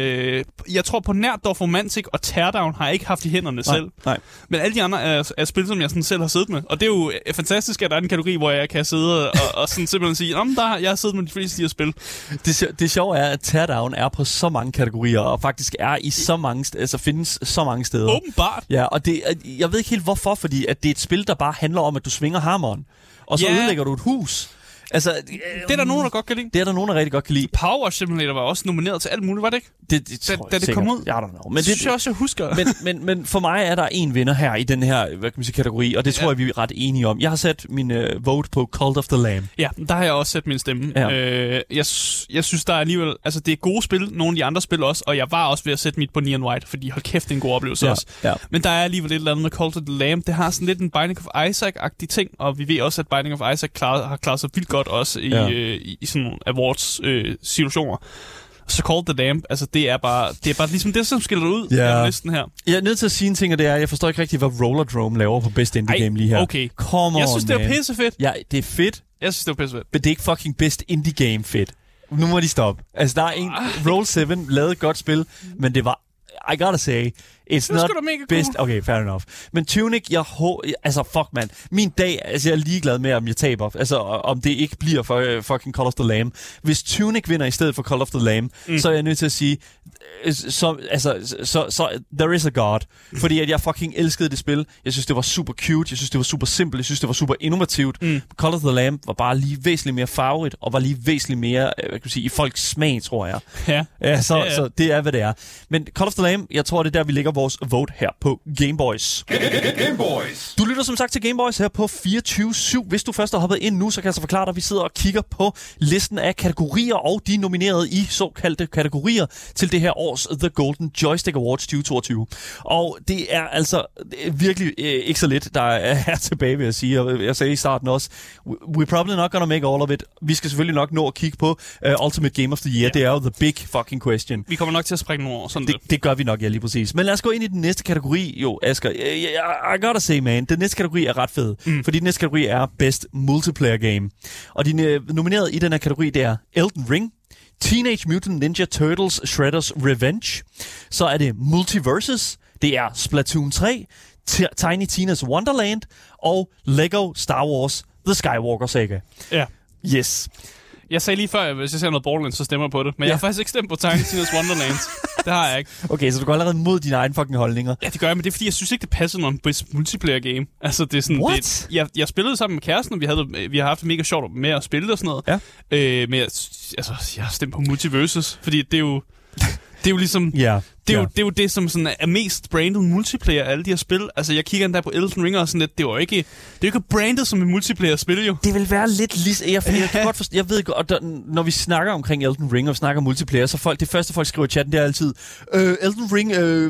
Speaker 3: jeg tror på nær Dorfromantic og Teardown har jeg ikke haft i hænderne selv.
Speaker 2: Nej.
Speaker 3: Men alle de andre er spil, som jeg sådan selv har siddet med. Og det er jo fantastisk, at der er en kategori, hvor jeg kan sidde og sådan simpelthen sige, jeg har siddet med de fleste af de her spil.
Speaker 2: Det sjove er, at Teardown er på så mange kategorier, og faktisk er i så mange findes så mange steder.
Speaker 3: Åbenbart.
Speaker 2: Ja, og jeg ved ikke helt hvorfor, fordi at det er et spil, der bare handler om, at du svinger hammeren. Og så ødelægger du et hus. Altså,
Speaker 3: det er der nogen, der godt kan lide.
Speaker 2: Det er der nogen, der rigtig godt kan lide.
Speaker 3: Power Simulator var også nomineret til alt muligt, var det ikke? Da det kom ud?
Speaker 2: I don't know.
Speaker 3: Men det synes jeg også, jeg husker.
Speaker 2: Men for mig er der en vinder her i den her, hvad kan man sige, kategori, og det tror jeg, vi er ret enige om. Jeg har sat min vote på Cult of the Lamb.
Speaker 3: Ja, der har jeg også sat min stemme. Ja. Jeg synes, der er alligevel... Altså, det er gode spil. Nogle af de andre spil også. Og jeg var også ved at sætte mit på Neon White, fordi hold kæft, det er en god oplevelse også. Ja. Men der er alligevel et eller andet med Cult of the Lamb. Det har sådan lidt en Binding of Isaac-agtig ting, og vi ved også, at Binding of Isaac har klaret sig vildt godt også i sådan nogle awards-situationer. Så Call the Lamb, altså det er bare ligesom det, som skiller ud af listen her.
Speaker 2: Jeg er nødt til at sige en ting, og det er, jeg forstår ikke rigtig, hvad Rollerdrome laver på Best Indie Game lige her.
Speaker 3: Okay.
Speaker 2: Come on,
Speaker 3: jeg synes, det er pissefedt.
Speaker 2: Ja, det er fedt.
Speaker 3: Jeg synes, det er pissefedt.
Speaker 2: Men det er ikke fucking Best Indie Game fedt. Nu må de stoppe. Altså, der er en Roll 7 lavede et godt spil, men det var, I gotta say, It's
Speaker 3: Det er
Speaker 2: not
Speaker 3: sgu da mega
Speaker 2: best.
Speaker 3: cool.
Speaker 2: Okay, fair enough. Men Tunic, altså fuck man. Min dag, altså jeg er ligeglad med, om jeg taber. Altså om det ikke bliver for fucking Call of the Lamb. Hvis Tunic vinder i stedet for Call of the Lamb, så er jeg nødt til at sige, så there is a God. Fordi at jeg fucking elskede det spil. Jeg synes, det var super cute. Jeg synes, det var super simpelt. Jeg synes, det var super innovativt. Call of the Lamb var bare lige væsentligt mere farverigt, og var lige væsentligt mere, hvad kan man sige, i folks smag, tror jeg.
Speaker 3: Ja.
Speaker 2: Så det er, hvad det er. Men Call of the Lamb, jeg tror, det er der, vi lægger vores vote her på Game Boys.
Speaker 1: Game Boys.
Speaker 2: Du lytter som sagt til Game Boys her på 24/7. Hvis du først har hoppet ind nu, så kan jeg så forklare dig, at vi sidder og kigger på listen af kategorier, og de er nomineret i såkaldte kategorier til det her års The Golden Joystick Awards 2022. Og det er altså virkelig ikke så lidt, der er tilbage, vil jeg sige. Og jeg sagde i starten også, we're probably not gonna make all of it. Vi skal selvfølgelig nok nå at kigge på Ultimate Game of the Year. Yeah. Det er jo the big fucking question.
Speaker 3: Vi kommer nok til at springe nogle år, sådan
Speaker 2: det gør vi nok, ja, lige præcis. Men lad os gå ind i den næste kategori. Jo, Asger, I gotta say, man, den næste kategori er ret fed. Fordi den næste kategori er Best Multiplayer Game. Og de nomineret i den her kategori, det er Elden Ring, Teenage Mutant Ninja Turtles Shredder's Revenge. Så er det Multiversus, det er Splatoon 3, Tiny Tina's Wonderland og Lego Star Wars The Skywalker Saga.
Speaker 3: Ja.
Speaker 2: Yes.
Speaker 3: Jeg sagde lige før, at hvis jeg ser noget Borderlands, så stemmer jeg på det. Men jeg har faktisk ikke stemt på Tiny Tina's Wonderland. Det har jeg ikke.
Speaker 2: Okay, så du går allerede mod dine egne fucking holdninger.
Speaker 3: Ja, det gør jeg, men det er fordi, jeg synes ikke, det passer når en best multiplayer game. Altså, det er sådan...
Speaker 2: What?
Speaker 3: Jeg spillede sammen med kæresten, og vi har haft det mega sjovt med at spille og sådan noget.
Speaker 2: Ja.
Speaker 3: Men jeg har stemt på Multiversus, fordi det er jo... Det er jo ligesom...
Speaker 2: Yeah.
Speaker 3: Det er jo det, som sådan er mest branded multiplayer af alle de her spil. Altså, jeg kigger endda på Elden Ring og sådan lidt. Det er jo ikke branded som en multiplayer-spil, jo.
Speaker 2: Det vil være lidt ligesom... Jeg kan godt forstå... Jeg ved godt, når vi snakker omkring Elden Ring, og vi snakker multiplayer, så det første, folk skriver i chatten, det er altid, Elden Ring,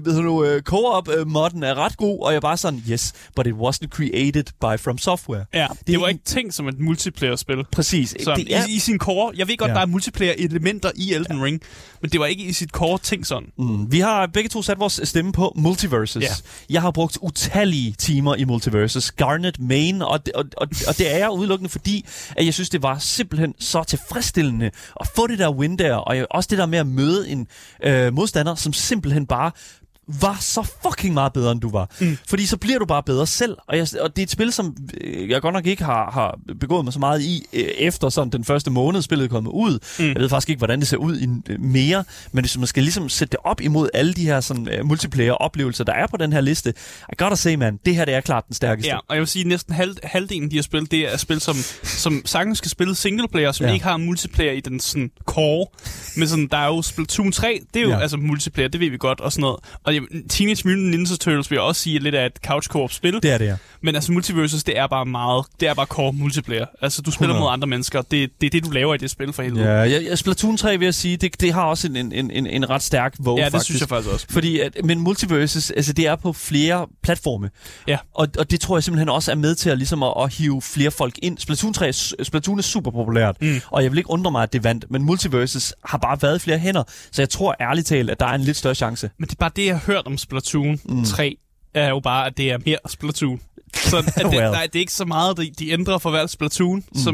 Speaker 2: co-op-modden er ret god, og jeg er bare sådan, yes, but it wasn't created by From Software.
Speaker 3: Ja, det var ikke tænkt som et multiplayer-spil.
Speaker 2: Præcis.
Speaker 3: Sådan, i sin core... Jeg ved godt, der er multiplayer-elementer i Elden Ring, men det var ikke i sit core tænkt sådan.
Speaker 2: Vi har begge to sat vores stemme på Multiversus. Yeah. Jeg har brugt utallige timer i Multiversus. Garnet main, og det er jeg udelukkende, fordi at jeg synes, det var simpelthen så tilfredsstillende at få det der win der, og også det der med at møde en modstander, som simpelthen bare var så fucking meget bedre, end du var. Fordi så bliver du bare bedre selv. Og det er et spil, som jeg godt nok ikke har begået mig så meget i, efter sådan den første måned, spillet er kommet ud. Jeg ved faktisk ikke, hvordan det ser ud mere, men hvis man skal ligesom sætte det op imod alle de her sådan, multiplayer-oplevelser, der er på den her liste, I gotta say, man, det her det er klart den stærkeste.
Speaker 3: Ja, og jeg vil sige, næsten halvdelen af de her spil, det er spil, som sagtens skal spille singleplayer, som ikke har multiplayer i den sådan core. Men sådan, der er jo Splatoon 3, det er jo altså multiplayer, det ved vi godt, og sådan noget. Og Teenage Mutant Ninja Turtles vil jeg også sige lidt af et couch co-op spil.
Speaker 2: Det er det, ja.
Speaker 3: Men altså Multiversus, det er bare core multiplayer. Altså du spiller mod andre mennesker. Det er det, du laver i det spil for helvede.
Speaker 2: Ja, Splatoon 3 vil jeg sige, det har også en ret stærk vote,
Speaker 3: faktisk. Ja, det
Speaker 2: faktisk.
Speaker 3: synes jeg faktisk også.
Speaker 2: Fordi men Multiversus, altså det er på flere platforme.
Speaker 3: Ja.
Speaker 2: Og det tror jeg simpelthen også er med til at ligesom at hive flere folk ind. Splatoon er super populært, og jeg vil ikke undre mig, at det vandt, men Multiversus har bare været i flere hænder, så jeg tror ærligt talt, at der er en lidt større chance.
Speaker 3: Men det er bare det, jeg har hørt om Splatoon 3, er jo bare, at det er mere Splatoon. Så at det er ikke så meget, de ændrer for hver Splatoon, så,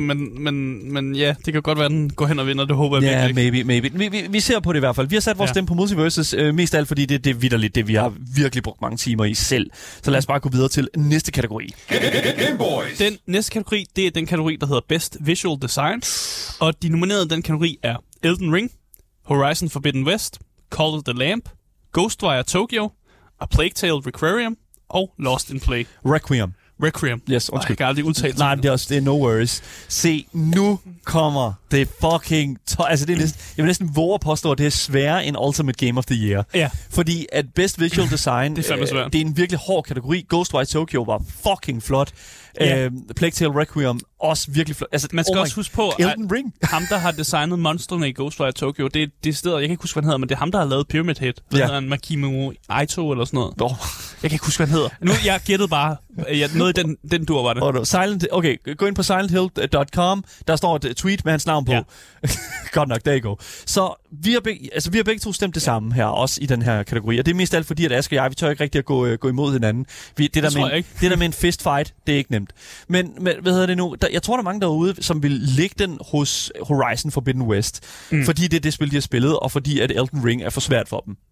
Speaker 3: men ja, det kan godt være, den går hen og vinder, det håber jeg virkelig.
Speaker 2: Maybe. Vi ser på det i hvert fald. Vi har sat vores stemme på Multiversus, mest af alt, fordi det er vitterligt det, vi har virkelig brugt mange timer i selv. Så lad os bare gå videre til næste kategori.
Speaker 1: Game Boys.
Speaker 3: Den næste kategori, det er den kategori, der hedder Best Visual Design, og de nominerede den kategori er Elden Ring, Horizon Forbidden West, Call of the Lamb, Ghostwire Tokyo, A Plague Tale Requiem og Lost in Play.
Speaker 2: Requiem.
Speaker 3: Yes, undskyld. Jeg har aldrig udtalt.
Speaker 2: Nej, men det er no worries. Se, nu kommer det fucking... Altså, det er næsten, jeg vil næsten våge at påstå, at det er sværere end Ultimate Game of the Year.
Speaker 3: Ja.
Speaker 2: Fordi at Best Visual Design...
Speaker 3: det er fandme svært.
Speaker 2: Det er en virkelig hård kategori. Ghostwire Tokyo var fucking flot. Plague Tale Requiem også virkelig flot. Altså,
Speaker 3: man skal også huske på,
Speaker 2: Elden Ring.
Speaker 3: Ham, der har designet monstrene i Ghostwire Tokyo, det sted, jeg kan ikke huske, hvad han hedder, men det er ham, der har lavet Pyramid Head. Hvad hedder han? Makimo Aito eller sådan noget. Jeg kan ikke huske, hvad han hedder. Nu, jeg gættede bare. Noget i den dur var det.
Speaker 2: Okay, gå ind på silenthill.com. Der står et tweet med hans navn på. Godt nok, there you go. Så vi har begge to stemt det samme her, også i den her kategori. Og det er mest alt fordi, at Asger og jeg, vi tør ikke rigtig at gå imod hinanden. Det der med en fistfight, det er ikke nemt. Men hvad hedder det nu? Jeg tror, der er mange derude, som vil lægge den hos Horizon Forbidden West. Fordi det er det spil, de har spillet, og fordi at Elden Ring er for svært for dem.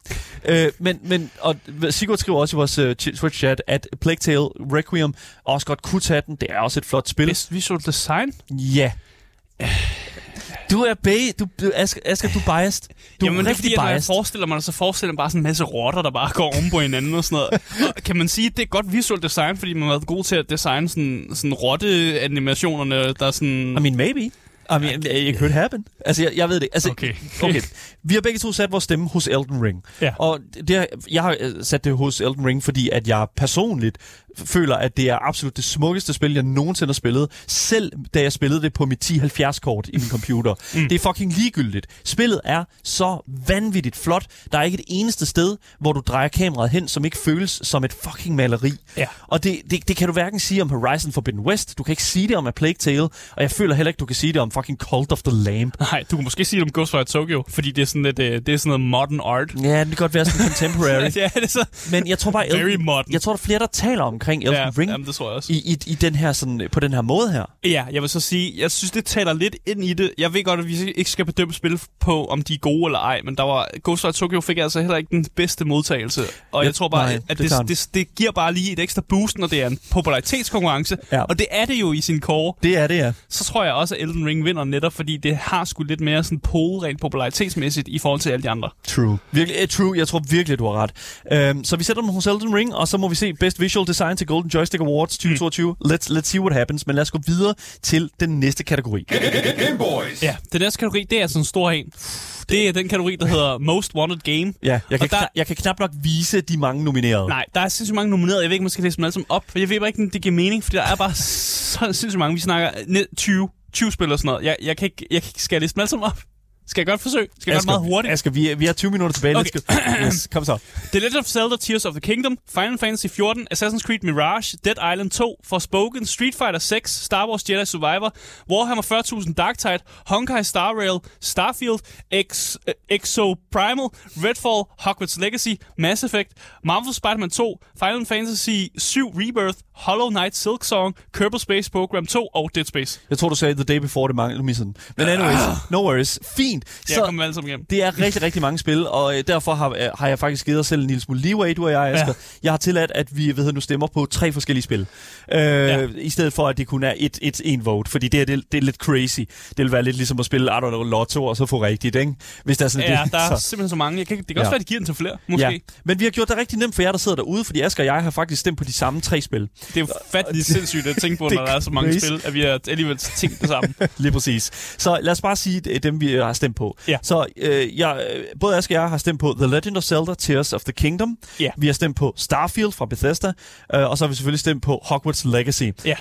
Speaker 2: Og Sigurd skriver også i vores Twitch-chat, at Plague Tale Requiem også godt kunne tage den. Det er også et flot spil.
Speaker 3: Best visual design?
Speaker 2: Ja. Du er Asger, du er biased.
Speaker 3: Jamen, det er fordi, at når jeg forestiller mig, så forestiller man bare sådan en masse rotter, der bare går om på hinanden og sådan noget. Og kan man sige, at det er godt visual design, fordi man har været god til at designe sådan rotte-animationerne, der er sådan...
Speaker 2: I mean, maybe. It could happen. Altså, jeg ved det. Altså, okay. Vi har begge to sat vores stemme hos Elden Ring. Ja. Og jeg har sat det hos Elden Ring, fordi at jeg personligt føler, at det er absolut det smukkeste spil, jeg nogensinde har spillet. Selv da jeg spillede det på mit 1070-kort i min computer. Det er fucking ligegyldigt. Spillet er så vanvittigt flot. Der er ikke et eneste sted, hvor du drejer kameraet hen, som ikke føles som et fucking maleri. Ja. Og det kan du hverken sige om Horizon Forbidden West, du kan ikke sige det om A Plague Tale, og jeg føler heller ikke, du kan sige det om fucking Cult of the Lamb.
Speaker 3: Nej, du kan måske sige det om Ghostwire Tokyo, fordi det er sådan det er sådan noget modern art.
Speaker 2: Ja, det kan godt være sådan contemporary.
Speaker 3: Ja, det er så.
Speaker 2: Men jeg tror bare, jeg tror, der er flere, der taler omkring Elden Ring.
Speaker 3: Jamen, det tror jeg også.
Speaker 2: I den her sådan, på den her måde her.
Speaker 3: Ja, jeg vil så sige, jeg synes, det taler lidt ind i det. Jeg ved godt, at vi ikke skal bedømme spil på, om de er gode eller ej, men Ghostwire Tokyo fik altså heller ikke den bedste modtagelse. Og jeg tror bare, at det giver bare lige et ekstra boost, når det er en popularitetskonkurrence. Ja. Og det er det jo i sin core.
Speaker 2: Det er det, ja.
Speaker 3: Så tror jeg også, at Elden Ring vinder netop, fordi det har sgu lidt mere sådan pole rent popularitetsmæssigt i forhold til alle de andre.
Speaker 2: True. Jeg tror virkelig, du har ret. Så vi sætter dem hos Elden Ring, og så må vi se Best Visual Design til Golden Joystick Awards 2022. Let's see what happens. Men lad os gå videre til den næste kategori.
Speaker 1: Game Boys.
Speaker 3: Ja, den næste kategori, det er sådan en stor en. Det er den kategori, der hedder Most Wanted Game.
Speaker 2: Ja, jeg kan knap nok vise de mange nominerede.
Speaker 3: Nej, der er sindssygt mange nominerede. Jeg ved ikke, man skal læse dem alle sammen op. For jeg ved bare ikke, om det giver mening, fordi der er bare så sindssygt mange. Vi snakker 20 spil og sådan noget. Skal jeg læse dem alle sammen op? Skal jeg godt forsøge? Skal jeg godt meget hurtigt?
Speaker 2: Asger, vi har 20 minutter tilbage.
Speaker 3: Okay.
Speaker 2: Yes, kom så.
Speaker 3: The Legend of Zelda Tears of the Kingdom, Final Fantasy XIV, Assassin's Creed Mirage, Dead Island 2, Forspoken, Street Fighter 6, Star Wars Jedi Survivor, Warhammer 40.000 Darktide, Honkai Star Rail, Starfield, Exoprimal, Redfall, Hogwarts Legacy, Mass Effect, Marvel Spider-Man 2, Final Fantasy 7 Rebirth, Hollow Knight Silksong, Kerbal Space Program 2 og Dead Space.
Speaker 2: Jeg tror, du sagde The Day Before, det manglede missen. Men anyways, no worries. Fint.
Speaker 3: Jeg kommer alle sammen hjem.
Speaker 2: Det er rigtig, rigtig mange spil, og derfor har jeg faktisk givet os selv en lille smule leeway, du og jeg, Asger. Ja. Jeg har tilladt, at vi nu stemmer på 3 forskellige spil. I stedet for, at det kun er en vote, fordi det er lidt crazy. Det vil være lidt ligesom at spille, Lotto, og så få rigtigt, ikke? Hvis der er sådan
Speaker 3: der er simpelthen så mange. Det kan også være, at de giver den til flere, måske. Ja.
Speaker 2: Men vi har gjort det rigtig nemt for jer, der sidder derude, fordi Asger og jeg har faktisk stemt på de samme 3 spil.
Speaker 3: Det er jo fattigt sindssygt at tænke på, når der er så mange spil, at vi har alligevel tænkt det samme.
Speaker 2: Lige præcis. Så lad os bare sige dem, vi har stemt på. Ja. Så både Asger og jeg har stemt på The Legend of Zelda Tears of the Kingdom. Ja. Vi har stemt på Starfield fra Bethesda. Og så har vi selvfølgelig stemt på Hogwarts Legacy. Ja.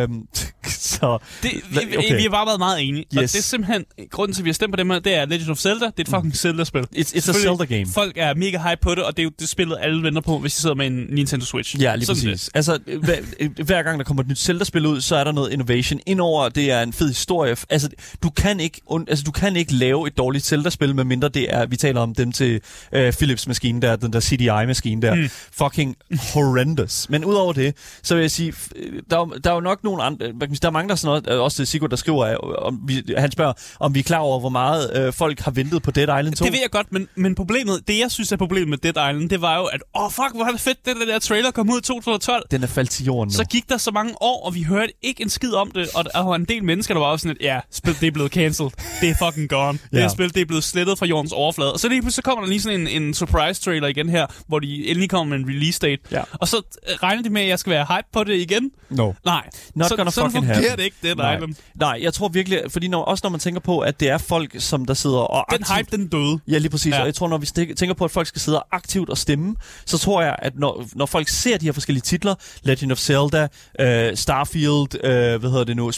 Speaker 3: Så vi har bare været meget enige. Yes. Og det er simpelthen grunden til, at vi har stemt på dem her, det er Legend of Zelda. Det er et fucking Zelda-spil.
Speaker 2: It's a Zelda-game.
Speaker 3: Folk er mega hype på det, og det er jo det spillet, alle venter på, hvis de sidder med en Nintendo Switch.
Speaker 2: Ja, lige præcis. Altså, hver gang der kommer et nyt Zelda-spil ud, så er der noget innovation indover. Det er en fed historie. Altså, du kan ikke lave et dårligt Zelda-spil, medmindre det er, vi taler om dem til Philips maskine der, den der CDI-maskine der. Fucking horrendous. Men udover det, så vil jeg sige, der er jo nok nogle andre, der er mange, der sådan noget, også Sigurd, der skriver, han spørger, om vi er klar over, hvor meget folk har ventet på Dead Island 2.
Speaker 3: Det ved jeg godt, men problemet, det jeg synes er problemet med Dead Island, det var jo, at fuck, hvor er det fedt, det der trailer kom ud i 2012.
Speaker 2: Den er faldet til jorden nu.
Speaker 3: Så gik der så mange år, og vi hørte ikke en skid om det, og der var en del mennesker, der var også sådan, at spil, det er blevet cancelled. Det er fucking gone. Det her spil, det er blevet slettet fra jordens overflade. Og så lige pludselig kommer der lige sådan en surprise trailer igen her, hvor de endelig kommer med en release date. Ja. Og så regner de med, at jeg skal være hype på det igen.
Speaker 2: No.
Speaker 3: Nej.
Speaker 2: Sådan fungerer
Speaker 3: det ikke, Dead Island.
Speaker 2: Nej, jeg tror virkelig, fordi når man tænker på, at det er folk, som der sidder og
Speaker 3: aktivt... Den hype, den døde.
Speaker 2: Ja, lige præcis. Ja. Og jeg tror, når vi tænker på, at folk skal sidde aktivt og stemme, så tror jeg, at når folk ser de her forskellige titler, Legend of Zelda, Starfield,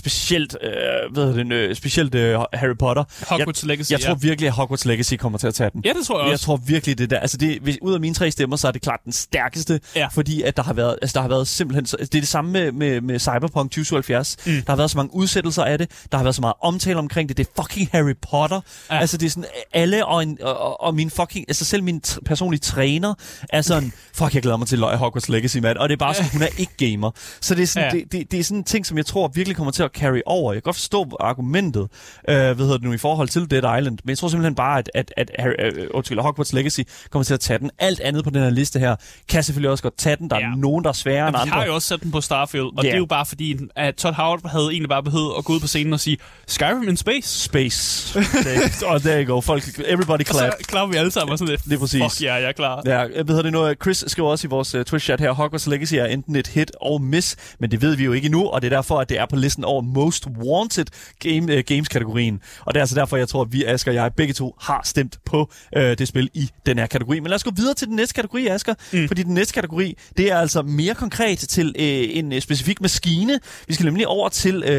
Speaker 2: specielt Harry Potter.
Speaker 3: Hogwarts Legacy,
Speaker 2: jeg tror virkelig, at Hogwarts Legacy kommer til at tage den.
Speaker 3: Ja, det tror jeg også.
Speaker 2: Jeg tror virkelig, det der. Altså, ud af mine 3 stemmer, så er det klart den stærkeste, fordi at der har været simpelthen... Det er det samme med Cyberpunk 2077. Games. Der har været så mange udsættelser af det. Der har været så meget omtale omkring det. Det er fucking Harry Potter. Ja. Altså, det er sådan, alle og min fucking... Altså, selv min personlige træner er sådan... Fuck, jeg glæder mig til Hogwarts Legacy, mand. Og det er bare sådan, hun er ikke gamer. Så det er sådan, det er sådan en ting, som jeg tror virkelig kommer til at carry over. Jeg kan godt forstå argumentet, i forhold til Dead Island. Men jeg tror simpelthen bare, at Hogwarts Legacy kommer til at tage den. Alt andet på den her liste her kan selvfølgelig også godt tage den. Der er nogen, der er sværere end andre.
Speaker 3: Vi har jo også sat den på Starfield, og det er jo bare fordi, at Todd Howard havde egentlig bare behøvet at gå ud på scenen og sige, Skyrim in space.
Speaker 2: Space. Og there you go. Folk, everybody clap.
Speaker 3: Og så klapper vi alle sammen og sådan lidt.
Speaker 2: Det er præcis.
Speaker 3: Fuck yeah, jeg er klar.
Speaker 2: Ja, Chris skriver også i vores Twitch-chat her, Hogwarts Legacy er enten et hit og miss, men det ved vi jo ikke endnu, og det er derfor, at det er på listen over Most Wanted Games-kategorien. Og det er altså derfor, jeg tror, at vi, Asger og jeg, begge to har stemt på det spil i den her kategori. Men lad os gå videre til den næste kategori, Asger. Fordi den næste kategori, det er altså mere konkret til en specifik maskine. Vi skal nemlig over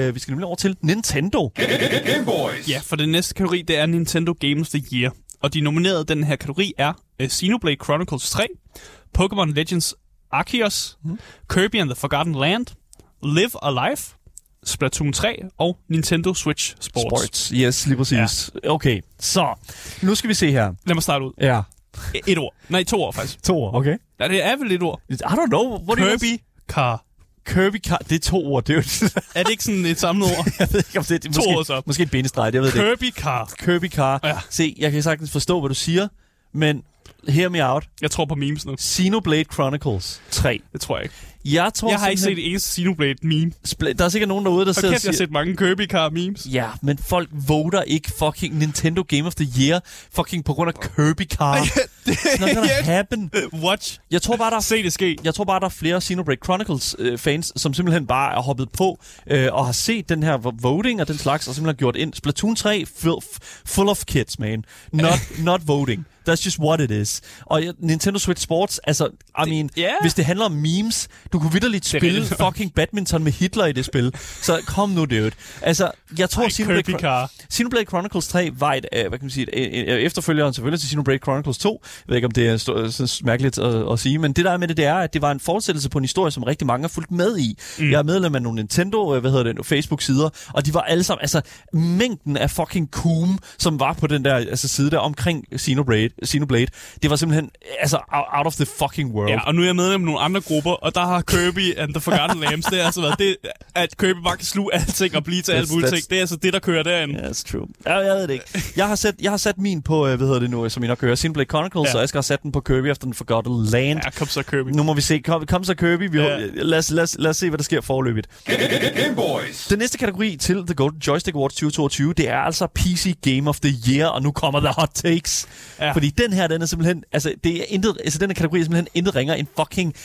Speaker 2: til Nintendo.
Speaker 1: Game Boys.
Speaker 3: Ja, for den næste kategori, det er Nintendo Game of the Year. Og de nominerede den her kategori er Xenoblade Chronicles 3, Pokémon Legends Arceus, Kirby and the Forgotten Land, Live Alive, Splatoon 3 og Nintendo Switch Sports.
Speaker 2: Yes, lige præcis. Ja. Okay, så nu skal vi se her.
Speaker 3: Lad mig starte ud.
Speaker 2: Ja.
Speaker 3: 1 ord. Nej, 2 ord faktisk.
Speaker 2: 2 ord, okay.
Speaker 3: Ja, det er vel 1 ord.
Speaker 2: I don't know.
Speaker 3: Kirby Car.
Speaker 2: Kirby Car, det er 2 ord, det
Speaker 3: er det ikke sådan et samlet ord?
Speaker 2: Jeg ved ikke, om det er
Speaker 3: 2 ord så.
Speaker 2: Måske et bindestreg, jeg ved det. Kirby Car.
Speaker 3: Ja.
Speaker 2: Se, jeg kan sagtens forstå, hvad du siger, men hear me out.
Speaker 3: Jeg tror på memes nu.
Speaker 2: Xenoblade Chronicles 3.
Speaker 3: Det tror jeg ikke.
Speaker 2: Jeg
Speaker 3: har ikke set det eneste Xenoblade meme.
Speaker 2: Der er sikkert nogen derude, der sidder og siger...
Speaker 3: Jeg har set mange Kirby Car memes.
Speaker 2: Ja, men folk voter ikke fucking Nintendo Game of the Year fucking på grund af Kirby Car. It's not gonna happen.
Speaker 3: Watch.
Speaker 2: Jeg tror bare,
Speaker 3: se det ske.
Speaker 2: Jeg tror bare, der er flere Xenoblade Chronicles fans, som simpelthen bare er hoppet på og har set den her voting og den slags, og simpelthen gjort ind. Splatoon 3, full of kids, man. Not voting. That's just what it is. Og Nintendo Switch Sports, altså, hvis det handler om memes, du kunne vitterligt spille fucking badminton med Hitler i det spil. Så kom nu, dude. Altså, jeg tror, Xenoblade Chronicles 3 var et efterfølgeren selvfølgelig til Xenoblade Chronicles 2. Jeg ved ikke, om det er så mærkeligt at sige, men det der med det er, at det var en fortsættelse på en historie, som rigtig mange har fulgt med i. Jeg er medlem af nogle Nintendo, Facebook-sider, og de var alle sammen, altså, mængden af fucking coom, som var på den der side der omkring Xenoblade, det var simpelthen altså out of the fucking world.
Speaker 3: Ja, og nu er jeg medlem af nogle andre grupper, og der har Kirby and the Forgotten Lands, det har altså været det, at Kirby bare kan sluge alting og blive til alt muligt ting. Det er altså det, der kører derinde.
Speaker 2: That's true. Ja, jeg ved det ikke. Jeg har sat min på, som I nok hører, Xenoblade Chronicles, og jeg skal have sat den på Kirby After the Forgotten Land.
Speaker 3: Ja, kom så Kirby.
Speaker 2: Nu må vi se. Kom så Kirby. Lad os se, hvad der sker forløbigt.
Speaker 1: Game Boys.
Speaker 2: Den næste kategori til The Golden Joystick Awards 2022, det er altså PC Game of the Year, og nu kommer der hot takes. Ja. Fordi den her, den er simpelthen, altså det er intet, altså den her kategori er simpelthen intet ringer en fucking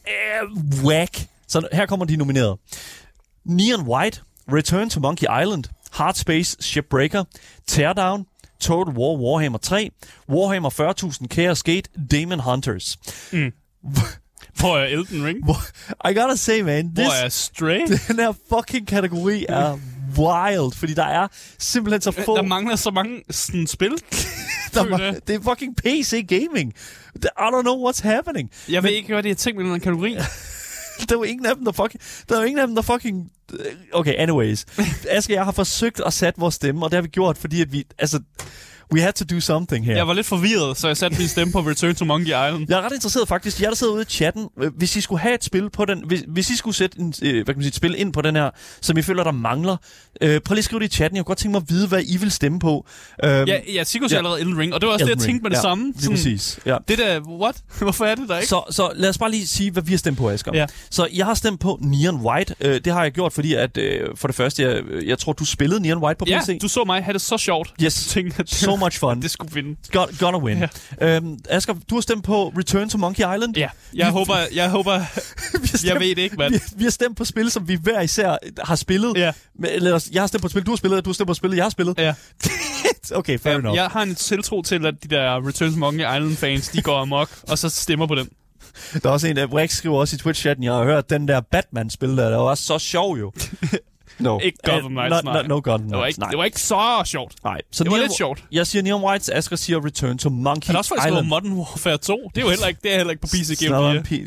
Speaker 2: whack. Så her kommer de nomineret. Neon White, Return to Monkey Island, Hard Space Shipbreaker, Teardown, Total War Warhammer 3, Warhammer 40.000 Chaos Gate, Demon Hunters.
Speaker 3: Hvor er Elden Ring?
Speaker 2: I gotta say, man.
Speaker 3: Hvor er Stray?
Speaker 2: Den her fucking kategori er wild, fordi der er simpelthen så få...
Speaker 3: Der mangler så mange sådan spil.
Speaker 2: Det er fucking PC gaming. I don't know what's happening.
Speaker 3: Jeg ved ikke, hvad det er tænkt med den her kategori.
Speaker 2: Der er jo ingen af dem, der fucking... Okay, anyways. Asger, jeg har forsøgt at sætte vores stemme, og det har vi gjort, fordi at vi... Altså, we had to do something her.
Speaker 3: Jeg var lidt forvirret, så jeg satte min stemme på Return to Monkey Island.
Speaker 2: Jeg er ret interesseret faktisk. Jeg der sidder ude i chatten. Hvis I skulle have et spil på den... Hvis I skulle sætte et spil ind på den her, som I føler, der mangler, prøv lige at skrive det i chatten. Jeg kunne godt tænke mig at vide, hvad I vil stemme på.
Speaker 3: Sikkert allerede Elden Ring, og det var også det, jeg tænkte med det samme.
Speaker 2: Sådan, præcis. Ja.
Speaker 3: Det der... What? Hvorfor er det der ikke?
Speaker 2: Så lad os bare lige sige, hvad vi har stemt på, Asger. Ja. Så jeg har stemt på Neon White. Det har jeg gjort, fordi at for det første, jeg tror, du spillede Neon White på PC.
Speaker 3: Ja, du så mig have det så sjovt.
Speaker 2: Yes, tænkte, so much fun.
Speaker 3: Det skulle vinde.
Speaker 2: Gonna win. Ja. Asger, du har stemt på Return to Monkey Island.
Speaker 3: Ja, jeg håber jeg ved det ikke, mand.
Speaker 2: Vi har stemt på spil, som vi hver især har spillet. Ja. Jeg har stemt på spil, du har spillet, du har stemt på spil, jeg har spillet. Ja. Okay, fair enough.
Speaker 3: Jeg har en tiltro til, at de der Return to Monkey Island-fans, de går amok, og så stemmer på dem.
Speaker 2: Der er også en, Rex skriver også i Twitch-chatten, jeg har hørt den der Batman-spil, der var så sjov jo. No.
Speaker 3: Ikke Gotham Knights, nej.
Speaker 2: No Gotham Knights,
Speaker 3: det var ikke så sjovt.
Speaker 2: Nej. Så
Speaker 3: det var lidt sjovt.
Speaker 2: Jeg siger Neon Whites, Asger siger Return to Monkey Island.
Speaker 3: Han har også faktisk skrevet Modern Warfare 2. Det er jo heller ikke på PC. Det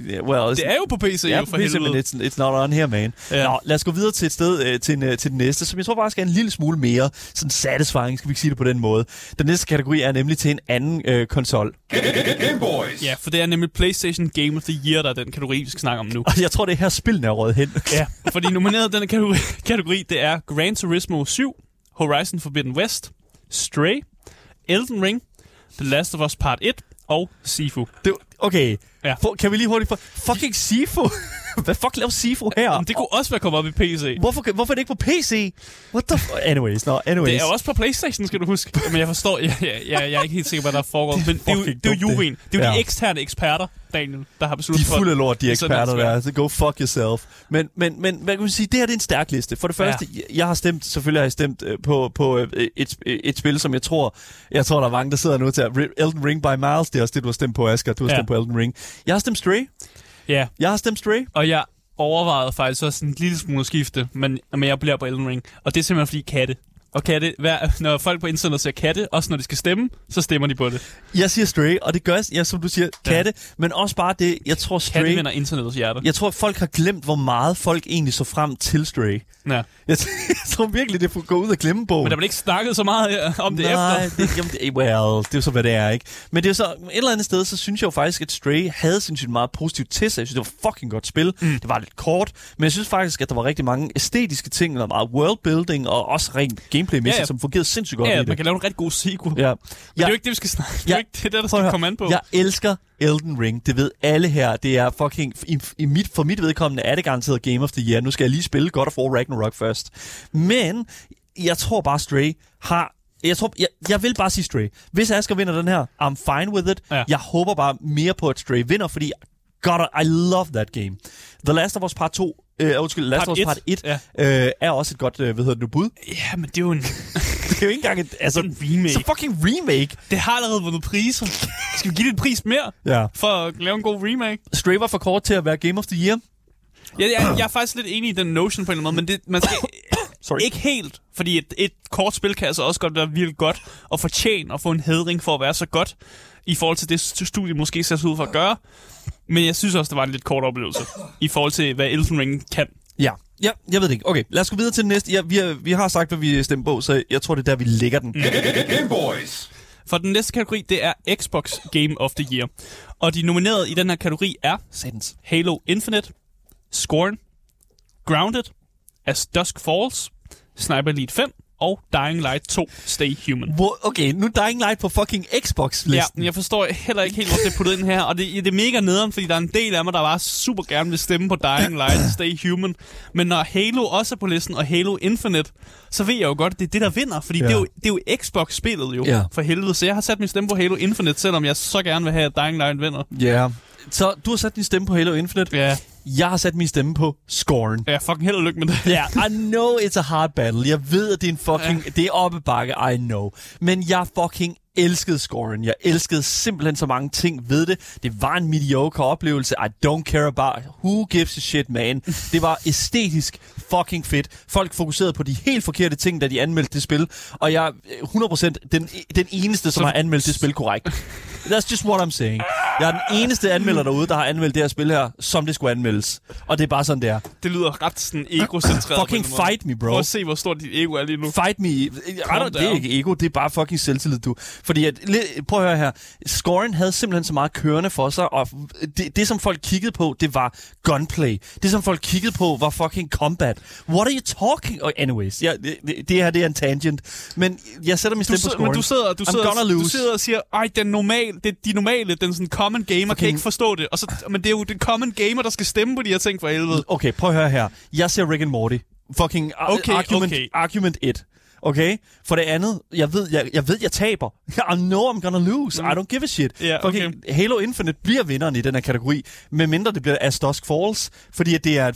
Speaker 3: er jo på PC,
Speaker 2: ja,
Speaker 3: jo for helvede.
Speaker 2: Men it's not on here, man. Ja. Nå, lad os gå videre til et sted, til den næste, som jeg tror faktisk er en lille smule mere sådan satisfying, skal vi ikke sige det på den måde. Den næste kategori er nemlig til en anden konsol.
Speaker 1: Game Boys.
Speaker 3: Ja, for det er nemlig PlayStation Game of the Year, der er den kategori, vi skal snakke om nu.
Speaker 2: Og jeg tror, det er her spillet er røget hen.
Speaker 3: Ja, fordi nomineret den kategori, det er Gran Turismo 7, Horizon Forbidden West, Stray, Elden Ring, The Last of Us Part 1 og Sifu.
Speaker 2: Okay,
Speaker 3: ja.
Speaker 2: Kan vi lige hurtigt fucking Sifu? Hvad fuck laver Sifu her?
Speaker 3: Jamen, det kunne også være kommet op i PC.
Speaker 2: Hvorfor er det ikke på PC? What the Anyways.
Speaker 3: Det er også på PlayStation, skal du huske. Men jeg forstår, jeg er ikke helt sikker, hvad der foregår. Men det er jo juryen. Det er jo de eksterne eksperter, Daniel, der har besluttet for.
Speaker 2: De er fulde af lort, de eksperter der. Så go fuck yourself. Men hvad kan man sige? Det her det er en stærk liste. For det første, jeg har stemt på et spil, som jeg tror, der er mange, der sidder nu til Elden Ring by Miles. Det er også det, du har stemt på, Asger. Du har stemt på Elden Ring. Jeg har stemt Stray.
Speaker 3: Ja.
Speaker 2: Jeg har stemt Stray.
Speaker 3: Og jeg overvejede faktisk også en lille smule skifte, men jeg bliver på Elden Ring. Og det er simpelthen fordi katte. Og katte, når folk på internet ser katte, også når de skal stemme, så stemmer de på det. Jeg siger Stray, og det gør jeg, som du siger, katte. Men også bare det, jeg tror Stray... Katte vinder internettets hjerter.
Speaker 2: Jeg tror, folk har glemt, hvor meget folk egentlig så frem til Stray.
Speaker 3: Ja.
Speaker 2: Jeg tror virkelig, det får gå ud af glemmebogen.
Speaker 3: Men der bliver ikke snakket så meget om det efter.
Speaker 2: Nej, det er jo så, hvad det er, ikke? Men det er så, et eller andet sted, så synes jeg jo faktisk, at Stray havde sindssygt meget positivt til sig. Jeg synes, det var fucking godt spil. Det var lidt kort, men jeg synes faktisk, at der var rigtig mange æstetiske ting, og meget worldbuilding, og også rent gameplay-mæssigt, som fungerede sindssygt godt i det.
Speaker 3: Man kan lave en rigtig god sequel.
Speaker 2: Ja.
Speaker 3: Men det er jo ikke det, vi skal snakke. Det er jo ikke det, der skal komme an på.
Speaker 2: Jeg elsker Elden Ring. Det ved alle her. Det er fucking... For mit vedkommende er det garanteret Game of the Year. Nu skal jeg lige spille God of War Ragnarok først. Men jeg tror bare, Stray har... Jeg vil bare sige Stray. Hvis Asger vinder den her, I'm fine with it. Ja. Jeg håber bare mere på, at Stray vinder, fordi God, I love that game. The Last of Us Part 2... Last of Us Part 1 er også et godt, bud.
Speaker 3: Ja, men det er jo en...
Speaker 2: det er jo ikke engang en
Speaker 3: remake.
Speaker 2: Så fucking remake.
Speaker 3: Det har allerede vundet priser. Skal vi give det en pris mere?
Speaker 2: Ja.
Speaker 3: For at lave en god remake?
Speaker 2: Stray var for kort til at være Game of the Year.
Speaker 3: Jeg er faktisk lidt enig i den notion på en eller anden måde, men man skal ikke helt, fordi et kort spil kan altså også godt være virkelig godt og fortjene at få en hædring for at være så godt i forhold til det studie måske ser ud for at gøre. Men jeg synes også, det var en lidt kort oplevelse i forhold til, hvad Elden Ring kan.
Speaker 2: Ja, jeg ved det ikke. Okay, lad os gå videre til den næste. Ja, vi har sagt, hvad vi stemmer på, så jeg tror, det er der, vi lægger den.
Speaker 1: Game Boys.
Speaker 3: For den næste kategori, det er Xbox Game of the Year. Og de nominerede i den her kategori er Halo Infinite, Scorn, Grounded, As Dusk Falls, Sniper Elite 5 og Dying Light 2 Stay Human.
Speaker 2: Okay, nu Dying Light på fucking Xbox-listen.
Speaker 3: Ja, jeg forstår heller ikke helt, hvor det er puttet ind her. Og det er mega nederen, fordi der er en del af mig, der bare super gerne vil stemme på Dying Light Stay Human. Men når Halo også er på listen, og Halo Infinite, så ved jeg jo godt, at det er det, der vinder. Fordi det er jo Xbox-spillet jo, for helvede. Så jeg har sat min stemme på Halo Infinite, selvom jeg så gerne vil have, at Dying Light vinder.
Speaker 2: Ja. Så du har sat din stemme på Halo Infinite?
Speaker 3: Ja.
Speaker 2: Jeg har sat min stemme på Scorn.
Speaker 3: Ja, fucking held og lykke med det.
Speaker 2: Ja, I know it's a hard battle. Jeg ved, at det er en fucking... Det er oppe bakke, I know. Men jeg fucking elskede Scorn. Jeg elskede simpelthen så mange ting ved det. Det var en mediocre oplevelse. I don't care about who gives a shit, man. Det var æstetisk fucking fedt. Folk fokuserede på de helt forkerte ting, da de anmeldte det spil. Og jeg er 100% den eneste, som har anmeldt det spil korrekt. That's just what I'm saying. Jeg er den eneste anmelder derude, der har anmeldt det her spil her, som det skulle anmeldes. Og det er bare sådan, det er.
Speaker 3: Det lyder ret sådan egocentreret.
Speaker 2: Fucking fight me, bro.
Speaker 3: Prøv at se, hvor stort dit ego er lige nu.
Speaker 2: Fight me. Det er ikke ego, det er bare fucking selvtillid, du. Fordi, prøv at høre her. Scoren havde simpelthen så meget kørende for sig, og det som folk kiggede på, det var gunplay. Det som folk kiggede på, var fucking combat. What are you talking? Oh, anyways, det her, det er en tangent. Men jeg sætter min stemme på Scoren.
Speaker 3: Men du sidder og siger, ej, de normale, den sådan common gamer kan ikke forstå det. Og så, men det er jo den common gamer, der skal stemme på de her ting for helvede.
Speaker 2: Okay, prøv at høre her. Jeg ser Rick and Morty. Fucking argument 1. Okay? For det andet, jeg ved, jeg taber. I know I'm gonna lose. I don't give a shit.
Speaker 3: Yeah, okay.
Speaker 2: Halo Infinite bliver vinderen i den her kategori, medmindre det bliver As Dusk Falls, fordi at det er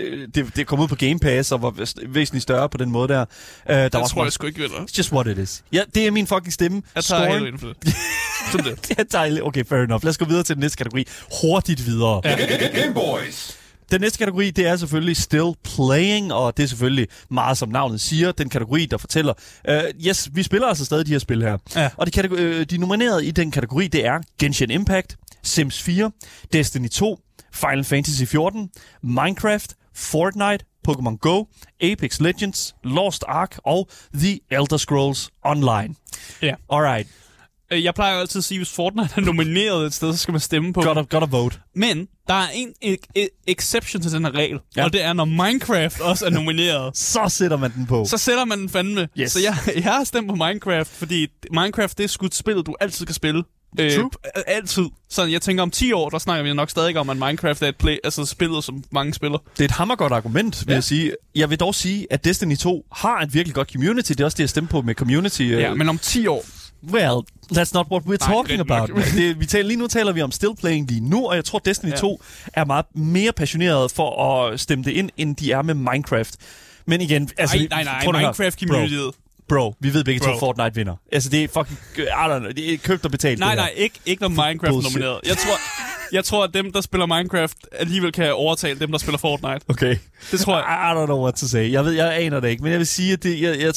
Speaker 2: det kom ud på Game Pass og var væsentligt større på den måde der.
Speaker 3: Det tror jeg sgu ikke vinder.
Speaker 2: It's just what it is. Ja, det er min fucking stemme.
Speaker 3: Jeg tager Halo Infinite. Sådan det.
Speaker 2: Okay, fair enough. Lad os gå videre til den næste kategori. Hurtigt videre.
Speaker 1: Game Boys.
Speaker 2: Den næste kategori, det er selvfølgelig Still Playing, og det er selvfølgelig meget, som navnet siger, den kategori, der fortæller, yes, vi spiller altså stadig de her spil her.
Speaker 3: Ja.
Speaker 2: Og de nominerede i den kategori, det er Genshin Impact, Sims 4, Destiny 2, Final Fantasy 14, Minecraft, Fortnite, Pokémon Go, Apex Legends, Lost Ark og The Elder Scrolls Online.
Speaker 3: Ja.
Speaker 2: Alright.
Speaker 3: Jeg plejer altid at sige, hvis Fortnite er nomineret et sted, så skal man stemme på.
Speaker 2: Gotta vote.
Speaker 3: Men der er en exception til den her regel, og det er, når Minecraft også er nomineret.
Speaker 2: Så sætter man den på.
Speaker 3: Så sætter man den fandme.
Speaker 2: Yes.
Speaker 3: Så jeg har stemt på Minecraft, fordi Minecraft, det er sgu et spil, du altid kan spille.
Speaker 2: True.
Speaker 3: Altid. Så jeg tænker, om 10 år, der snakker vi nok stadig om, at Minecraft er et spillet, som mange spiller.
Speaker 2: Det er et hammergodt argument, vil jeg sige. Jeg vil dog sige, at Destiny 2 har et virkelig godt community. Det er også det, jeg stemte på med community.
Speaker 3: Ja, men om 10 år...
Speaker 2: Well, that's not what we're talking about. Lige nu taler vi om Still Playing lige nu, og jeg tror, Destiny 2 er meget mere passioneret for at stemme det ind, end de er med Minecraft. Men igen... Altså,
Speaker 3: nej, Minecraft-communityet...
Speaker 2: Bro, vi ved begge to, Fortnite vinder. Altså, det er fucking... I don't know, det er købt og betalt.
Speaker 3: Nej, ikke når Minecraft er nomineret. Jeg tror, at dem, der spiller Minecraft, alligevel kan overtale dem, der spiller Fortnite.
Speaker 2: Okay.
Speaker 3: Det tror jeg.
Speaker 2: I don't know what to say. Jeg aner det ikke, men jeg vil sige, at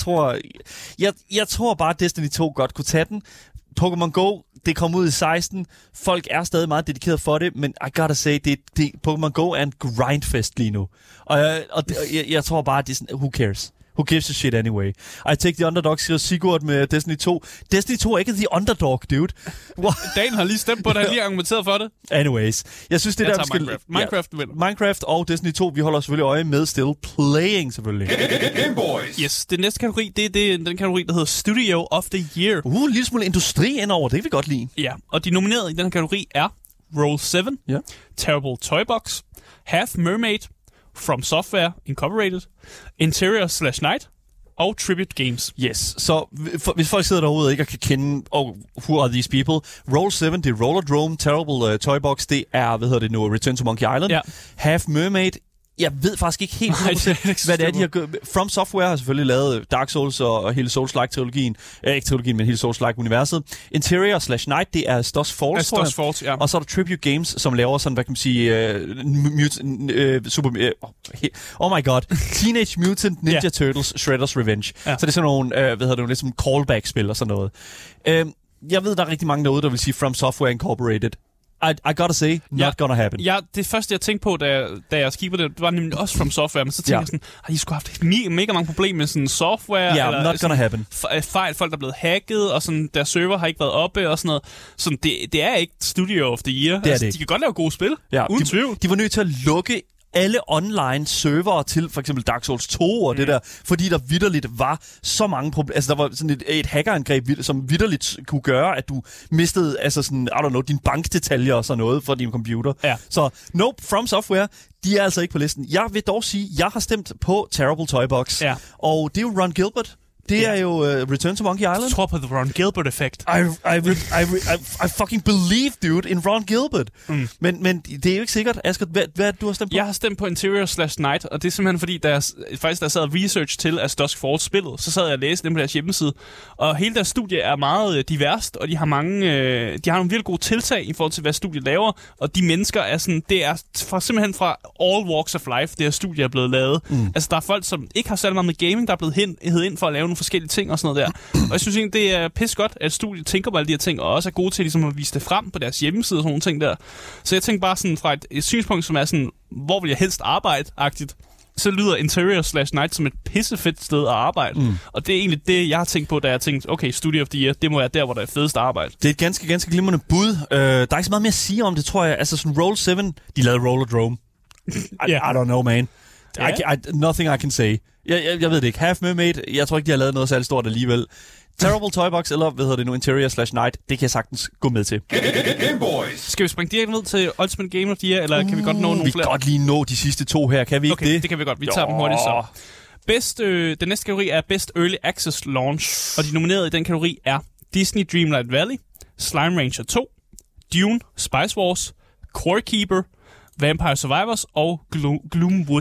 Speaker 2: jeg tror bare, at Destiny 2 godt kunne tage den. Pokémon Go, det kom ud i 16. Folk er stadig meget dedikeret for det, men I gotta say, Pokémon Go er en grindfest lige nu. Og jeg tror bare, at det er sådan, who cares? Who gives a shit anyway? I take the underdog, siger Sigurd med Destiny 2. Destiny 2 er ikke the underdog, dude.
Speaker 3: Daniel har lige stemt på det, han lige argumenteret for det.
Speaker 2: Anyways. Jeg synes, det der skal... Minecraft og Destiny 2, vi holder selvfølgelig øje med Still Playing, selvfølgelig.
Speaker 1: Game Boys.
Speaker 3: Yes, det næste kategori, det er den kategori, der hedder Studio of the Year.
Speaker 2: En lille smule industri indover, det kan vi godt lide.
Speaker 3: Ja, og de nominerede i den kategori er Roll 7, Terrible Toybox, Half Mermaid, From Software Incorporated, Interior/Night og Tribute Games.
Speaker 2: Yes, så hvis folk sidder derude og ikke kan kende, who are these people? Roll 7, det er Rollerdrome, Terrible Toybox, det er, Return to Monkey Island. Half Mermaid, jeg ved faktisk ikke helt, hvad det er, de har gjort. From Software har selvfølgelig lavet Dark Souls og hele Souls-like-trilogien. Ikke trilogien, men hele Souls-like-universet. Interior/Night, det er Stos Falls,
Speaker 3: ja.
Speaker 2: Og så er der Tribute Games, som laver sådan, hvad kan man sige, oh my god, Teenage Mutant Ninja Turtles Shredder's Revenge. Så det er sådan nogle, ligesom callback-spil og sådan noget. Jeg ved, der er rigtig mange derude, der vil sige From Software Incorporated. I gotta say, not gonna happen.
Speaker 3: Ja, det første, jeg tænkte på, da jeg skippede det var nemlig også From Software, men så tænkte jeg sådan, har I sgu haft mega mange problemer med sådan software?
Speaker 2: Ja, not gonna happen.
Speaker 3: Fejl, folk der er blevet hacket, og sådan, deres server har ikke været oppe, og sådan noget. Sådan, det er ikke Studio of the Year.
Speaker 2: Det er det ikke.
Speaker 3: De kan godt lave gode spil, uden tvivl.
Speaker 2: De var nødt til at lukke alle online servere til for eksempel Dark Souls 2 og det der, fordi der vitterligt var så mange problemer. Altså der var sådan et hackerangreb, som vitterligt kunne gøre, at du mistede altså sådan, I don't know, dine bankdetaljer og sådan noget fra din computer. Ja. Så nope, From Software, de er altså ikke på listen. Jeg vil dog sige, jeg har stemt på Terrible Toybox. Ja. Og det er jo Ron Gilbert. Det er jo Return to Monkey Island.
Speaker 3: Jeg tror på the Ron Gilbert-effekt.
Speaker 2: I fucking believe, dude, in Ron Gilbert. Men det er jo ikke sikkert. Asger, hvad du har stemt på?
Speaker 3: Jeg har stemt på Interior/Night, og det er simpelthen fordi, da jeg sad og research til at Dusk Falls spillet, så sad jeg og læste dem på deres hjemmeside. Og hele deres studie er meget diverst, og de har nogle virkelig gode tiltag i forhold til, hvad studiet laver. Og de mennesker er sådan, det er simpelthen fra all walks of life, det her studie er blevet lavet. Altså, der er folk, som ikke har særlig meget med gaming, der er blevet hentet ind for at lave nogle forskellige ting og sådan noget der. Og jeg synes egentlig, det er pis godt, at studiet tænker på alle de her ting, og også er gode til ligesom at vise det frem på deres hjemmeside og sådan nogle ting der. Så jeg tænker bare sådan fra et synspunkt, som er sådan, hvor vil jeg helst arbejde-agtigt, så lyder Interior/Night som et pissefedt sted at arbejde. Og det er egentlig det, jeg har tænkt på, da jeg tænkte, okay, Studio of the Year, det må være der, hvor der er fedest arbejde. Det
Speaker 2: er et ganske glimrende bud. Der er ikke så meget mere at sige om det, tror jeg. Altså sådan Roll 7, de lavede Rollerdrome. I don't know, man. Nothing I can say. Jeg ved det ikke. Half Mermaid, jeg tror ikke, de har lavet noget særligt stort alligevel. Terrible Toybox, eller Interior/Night, det kan jeg sagtens gå med til.
Speaker 1: Game Boys.
Speaker 3: Skal vi springe direkte ned til Ultimate Game of the Year, eller kan vi godt nå nogle flere?
Speaker 2: Vi kan godt lige nå de sidste to her, kan vi ikke det?
Speaker 3: Det kan vi godt. Vi tager dem hurtigt så. Den næste kategori er Best Early Access Launch, og de nominerede i den kategori er Disney Dreamlight Valley, Slime Rancher 2, Dune, Spice Wars, Core Keeper, Vampire Survivors og Gloomwood.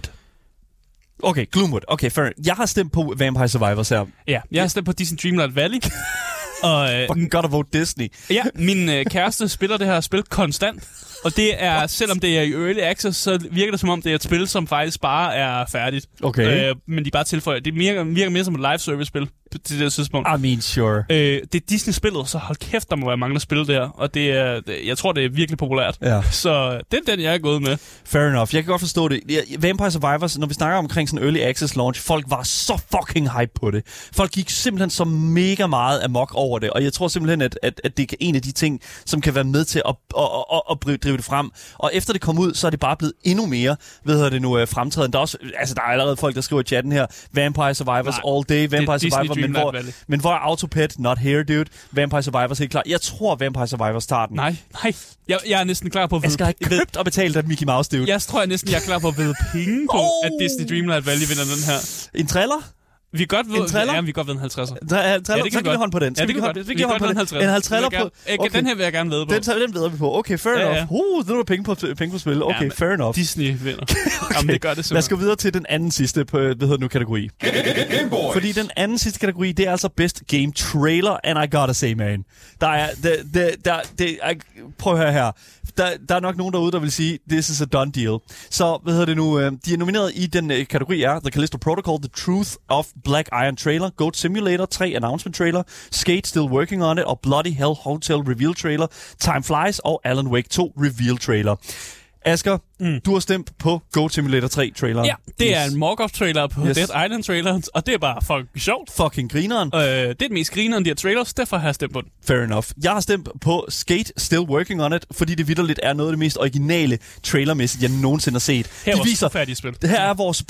Speaker 2: Okay, Gloomwood. Okay, fair. Jeg har stemt på Vampire Survivors her.
Speaker 3: Ja, jeg har stemt på Disney Dreamlight Valley. Og,
Speaker 2: Fucking godt at vote Disney.
Speaker 3: Ja, min kæreste spiller det her spil konstant. Og det er, selvom det er i early access, så virker det som om, det er et spil, som faktisk bare er færdigt.
Speaker 2: Okay.
Speaker 3: Men de bare tilføjer. Det virker mere som et live service-spil til det tidspunkt.
Speaker 2: I mean, sure.
Speaker 3: Det er Disney-spillet, så hold kæft, der må være mange, der spiller det her. Og jeg tror, det er virkelig populært.
Speaker 2: Ja.
Speaker 3: Så det er den, jeg er gået med.
Speaker 2: Fair enough. Jeg kan godt forstå det. Vampire Survivors, når vi snakker omkring sådan early access launch, folk var så fucking hype på det. Folk gik simpelthen så mega meget amok over det, og jeg tror simpelthen, at det er en af de ting, som kan være med til at drive det frem. Og efter det kom ud, så er det bare blevet endnu mere, fremtræden. Der er også, altså der er allerede folk, der skriver i chatten her, Vampire Survivors all day, Vampire Survivors, men hvor er Autopet? Not here, dude. Vampire Survivors helt klar. Jeg tror, Vampire Survivors starter den.
Speaker 3: Nej. Jeg er næsten klar på at
Speaker 2: jeg skal have købt og betalt af Mickey Mouse, dude.
Speaker 3: Jeg tror jeg næsten, jeg er klar på at vide penge på, at Disney Dreamlight Valley vinder den her.
Speaker 2: En trailer?
Speaker 3: Vi kan godt ved en 50'er.
Speaker 2: Ja, så kan vi hånd på den.
Speaker 3: Ja, vi kan godt ved en 50'er.
Speaker 2: En 50'er på.
Speaker 3: Okay. Den her vil jeg gerne ved på.
Speaker 2: Den ved vi på. Okay, fair enough. Nu er der penge på spil. Okay, fair enough.
Speaker 3: Disney vinder. Okay. Jamen, det gør det simpelthen.
Speaker 2: Lad os gå videre til den anden sidste på, kategori.
Speaker 1: Game Boys.
Speaker 2: Fordi den anden sidste kategori, det er altså Best Game Trailer, and I gotta say, man. Prøv at høre her. Der er nok nogen derude, der vil sige, this is a done deal. Så, de er nomineret i den kategori er The Callisto Protocol, The Truth of Black Iron Trailer, Goat Simulator 3 Announcement Trailer, Skate Still Working on It og Bloody Hell Hotel Reveal Trailer, Time Flies og Alan Wake 2 Reveal Trailer. Asger, du har stemt på Goat Simulator 3-traileren.
Speaker 3: Ja, det er en mock-off-trailer på Dead Island-traileren, og det er bare fucking sjovt.
Speaker 2: Fucking grineren.
Speaker 3: Det er det mest grineren, de her trailers, derfor har jeg stemt på den.
Speaker 2: Fair enough. Jeg har stemt på Skate Still Working on It, fordi det vitterligt er noget af det mest originale trailermæssigt, jeg nogensinde har set.
Speaker 3: Her er vores færdige spil.
Speaker 2: Her er vores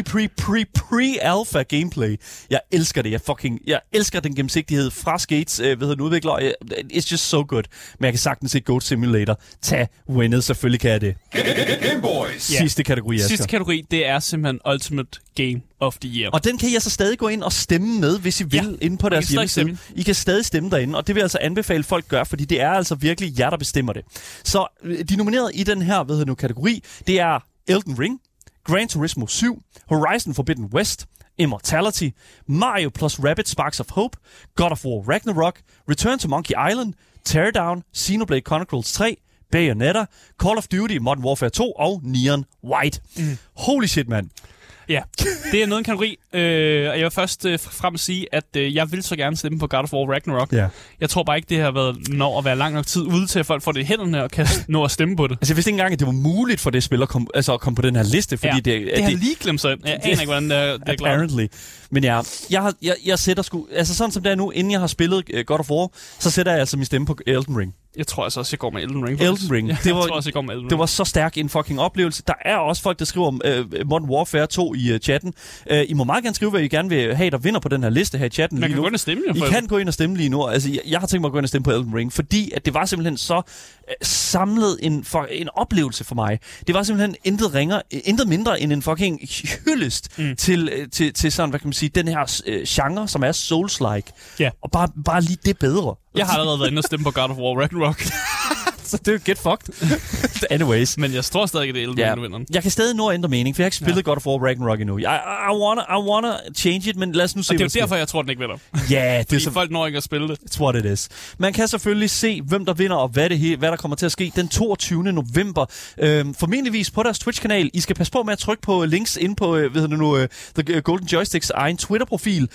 Speaker 2: pre-alpha gameplay. Jeg elsker det. Jeg elsker den gennemsigtighed fra Skates udvikler. It's just so good. Men jeg kan sagtens se Goat Simulator tage winnet. Selvfølgelig kan jeg det.
Speaker 1: Game Boys.
Speaker 2: Sidste kategori, Asger.
Speaker 3: Sidste kategori, det er simpelthen Ultimate Game of the Year.
Speaker 2: Og den kan I så stadig gå ind og stemme med, hvis I vil, inde på deres hjemmeside. I kan stadig stemme derinde, og det vil altså anbefale folk gøre, fordi det er altså virkelig jer, der bestemmer det. Så de nominerede i den her kategori, det er Elden Ring, Gran Turismo 7, Horizon Forbidden West, Immortality, Mario plus Rabbids Sparks of Hope, God of War Ragnarok, Return to Monkey Island, Teardown, Xenoblade Chronicles 3, Bayonetta, Call of Duty, Modern Warfare 2 og Neon White. Holy shit, mand.
Speaker 3: Ja, det er noget en kategori, og jeg vil først frem at sige, at jeg vil så gerne stemme på God of War Ragnarok.
Speaker 2: Yeah.
Speaker 3: Jeg tror bare ikke, det har været når at være lang nok tid ude til, at folk får det i hænderne og kan nå at stemme på det.
Speaker 2: Altså, jeg vidste ikke engang, at det var muligt for det spil at komme på den her liste, fordi
Speaker 3: det har lige glemt sig ind. Jeg aner ikke, hvordan det er klart.
Speaker 2: Apparently. Men ja, jeg sætter sgu... Altså, sådan som det er nu, inden jeg har spillet God of War, så sætter jeg altså min stemme på Elden Ring.
Speaker 3: Jeg tror altså også, jeg går med Elden Ring.
Speaker 2: Elden Ring.
Speaker 3: Det
Speaker 2: var så stærk en fucking oplevelse. Der er også folk, der skriver om Modern Warfare 2 i chatten. I må meget gerne skrive, hvad I gerne vil have, der vinder på den her liste her i chatten.
Speaker 3: Man kan gå ind og stemme.
Speaker 2: I kan gå ind og stemme lige nu. Altså, jeg har tænkt mig at gå ind og stemme på Elden Ring, fordi at det var simpelthen så samlet en oplevelse for mig. Det var simpelthen intet mindre end en fucking hyldest til sådan, hvad kan man sige, den her genre, som er Souls-like.
Speaker 3: Yeah.
Speaker 2: Og bare lige det bedre.
Speaker 3: Jeg har allerede været inde og stemme på God of War Ragnarok.
Speaker 2: Så det er get fucked. Anyways.
Speaker 3: Men jeg tror stadig, at det er Elden Ring, vinder.
Speaker 2: Jeg kan stadig nå at ændre mening, for jeg har ikke spillet God of War Ragnarok endnu. I wanna change it, men lad os nu se,
Speaker 3: og det er derfor, jeg tror, den ikke vinder.
Speaker 2: Ja,
Speaker 3: det er så... folk når ikke at spille det.
Speaker 2: It's what it is. Man kan selvfølgelig se, hvem der vinder, og hvad der kommer til at ske den 22. november. Formentligvis på deres Twitch-kanal. I skal passe på med at trykke på links ind på, The Golden Joysticks egen Twitter-profil.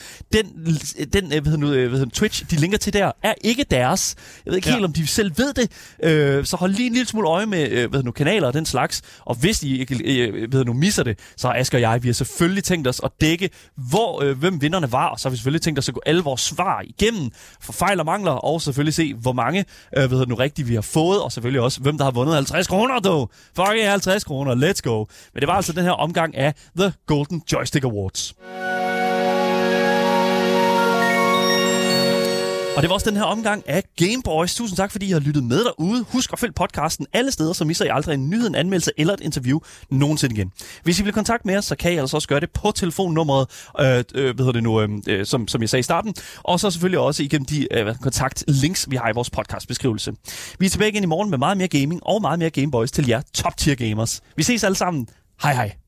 Speaker 2: Den Twitch, de linker til der, er ikke deres. Jeg ved ikke helt, om de selv ved det. Så hold lige en lille smule øje med kanaler og den slags. Og hvis I misser det, så har Asger og jeg, vi har selvfølgelig tænkt os at dække, hvem vinderne var. Og så har vi selvfølgelig tænkt os at gå alle vores svar igennem for fejl og mangler. Og selvfølgelig se, hvor mange rigtigt vi har fået. Og selvfølgelig også, hvem der har vundet 50 kroner, dog. Fucking 50 kroner, let's go. Men det var altså den her omgang af The Golden Joystick Awards. Og det var også den her omgang af Game Boys. Tusind tak, fordi I har lyttet med derude. Husk at følge podcasten alle steder, så misser I aldrig en nyhed, en anmeldelse eller et interview nogensinde igen. Hvis I vil kontakte med os, så kan I altså også gøre det på telefonnummeret, som jeg sagde i starten. Og så selvfølgelig også igennem de kontaktlinks, vi har i vores podcastbeskrivelse. Vi er tilbage igen i morgen med meget mere gaming og meget mere Game Boys til jer top-tier gamers. Vi ses alle sammen. Hej hej.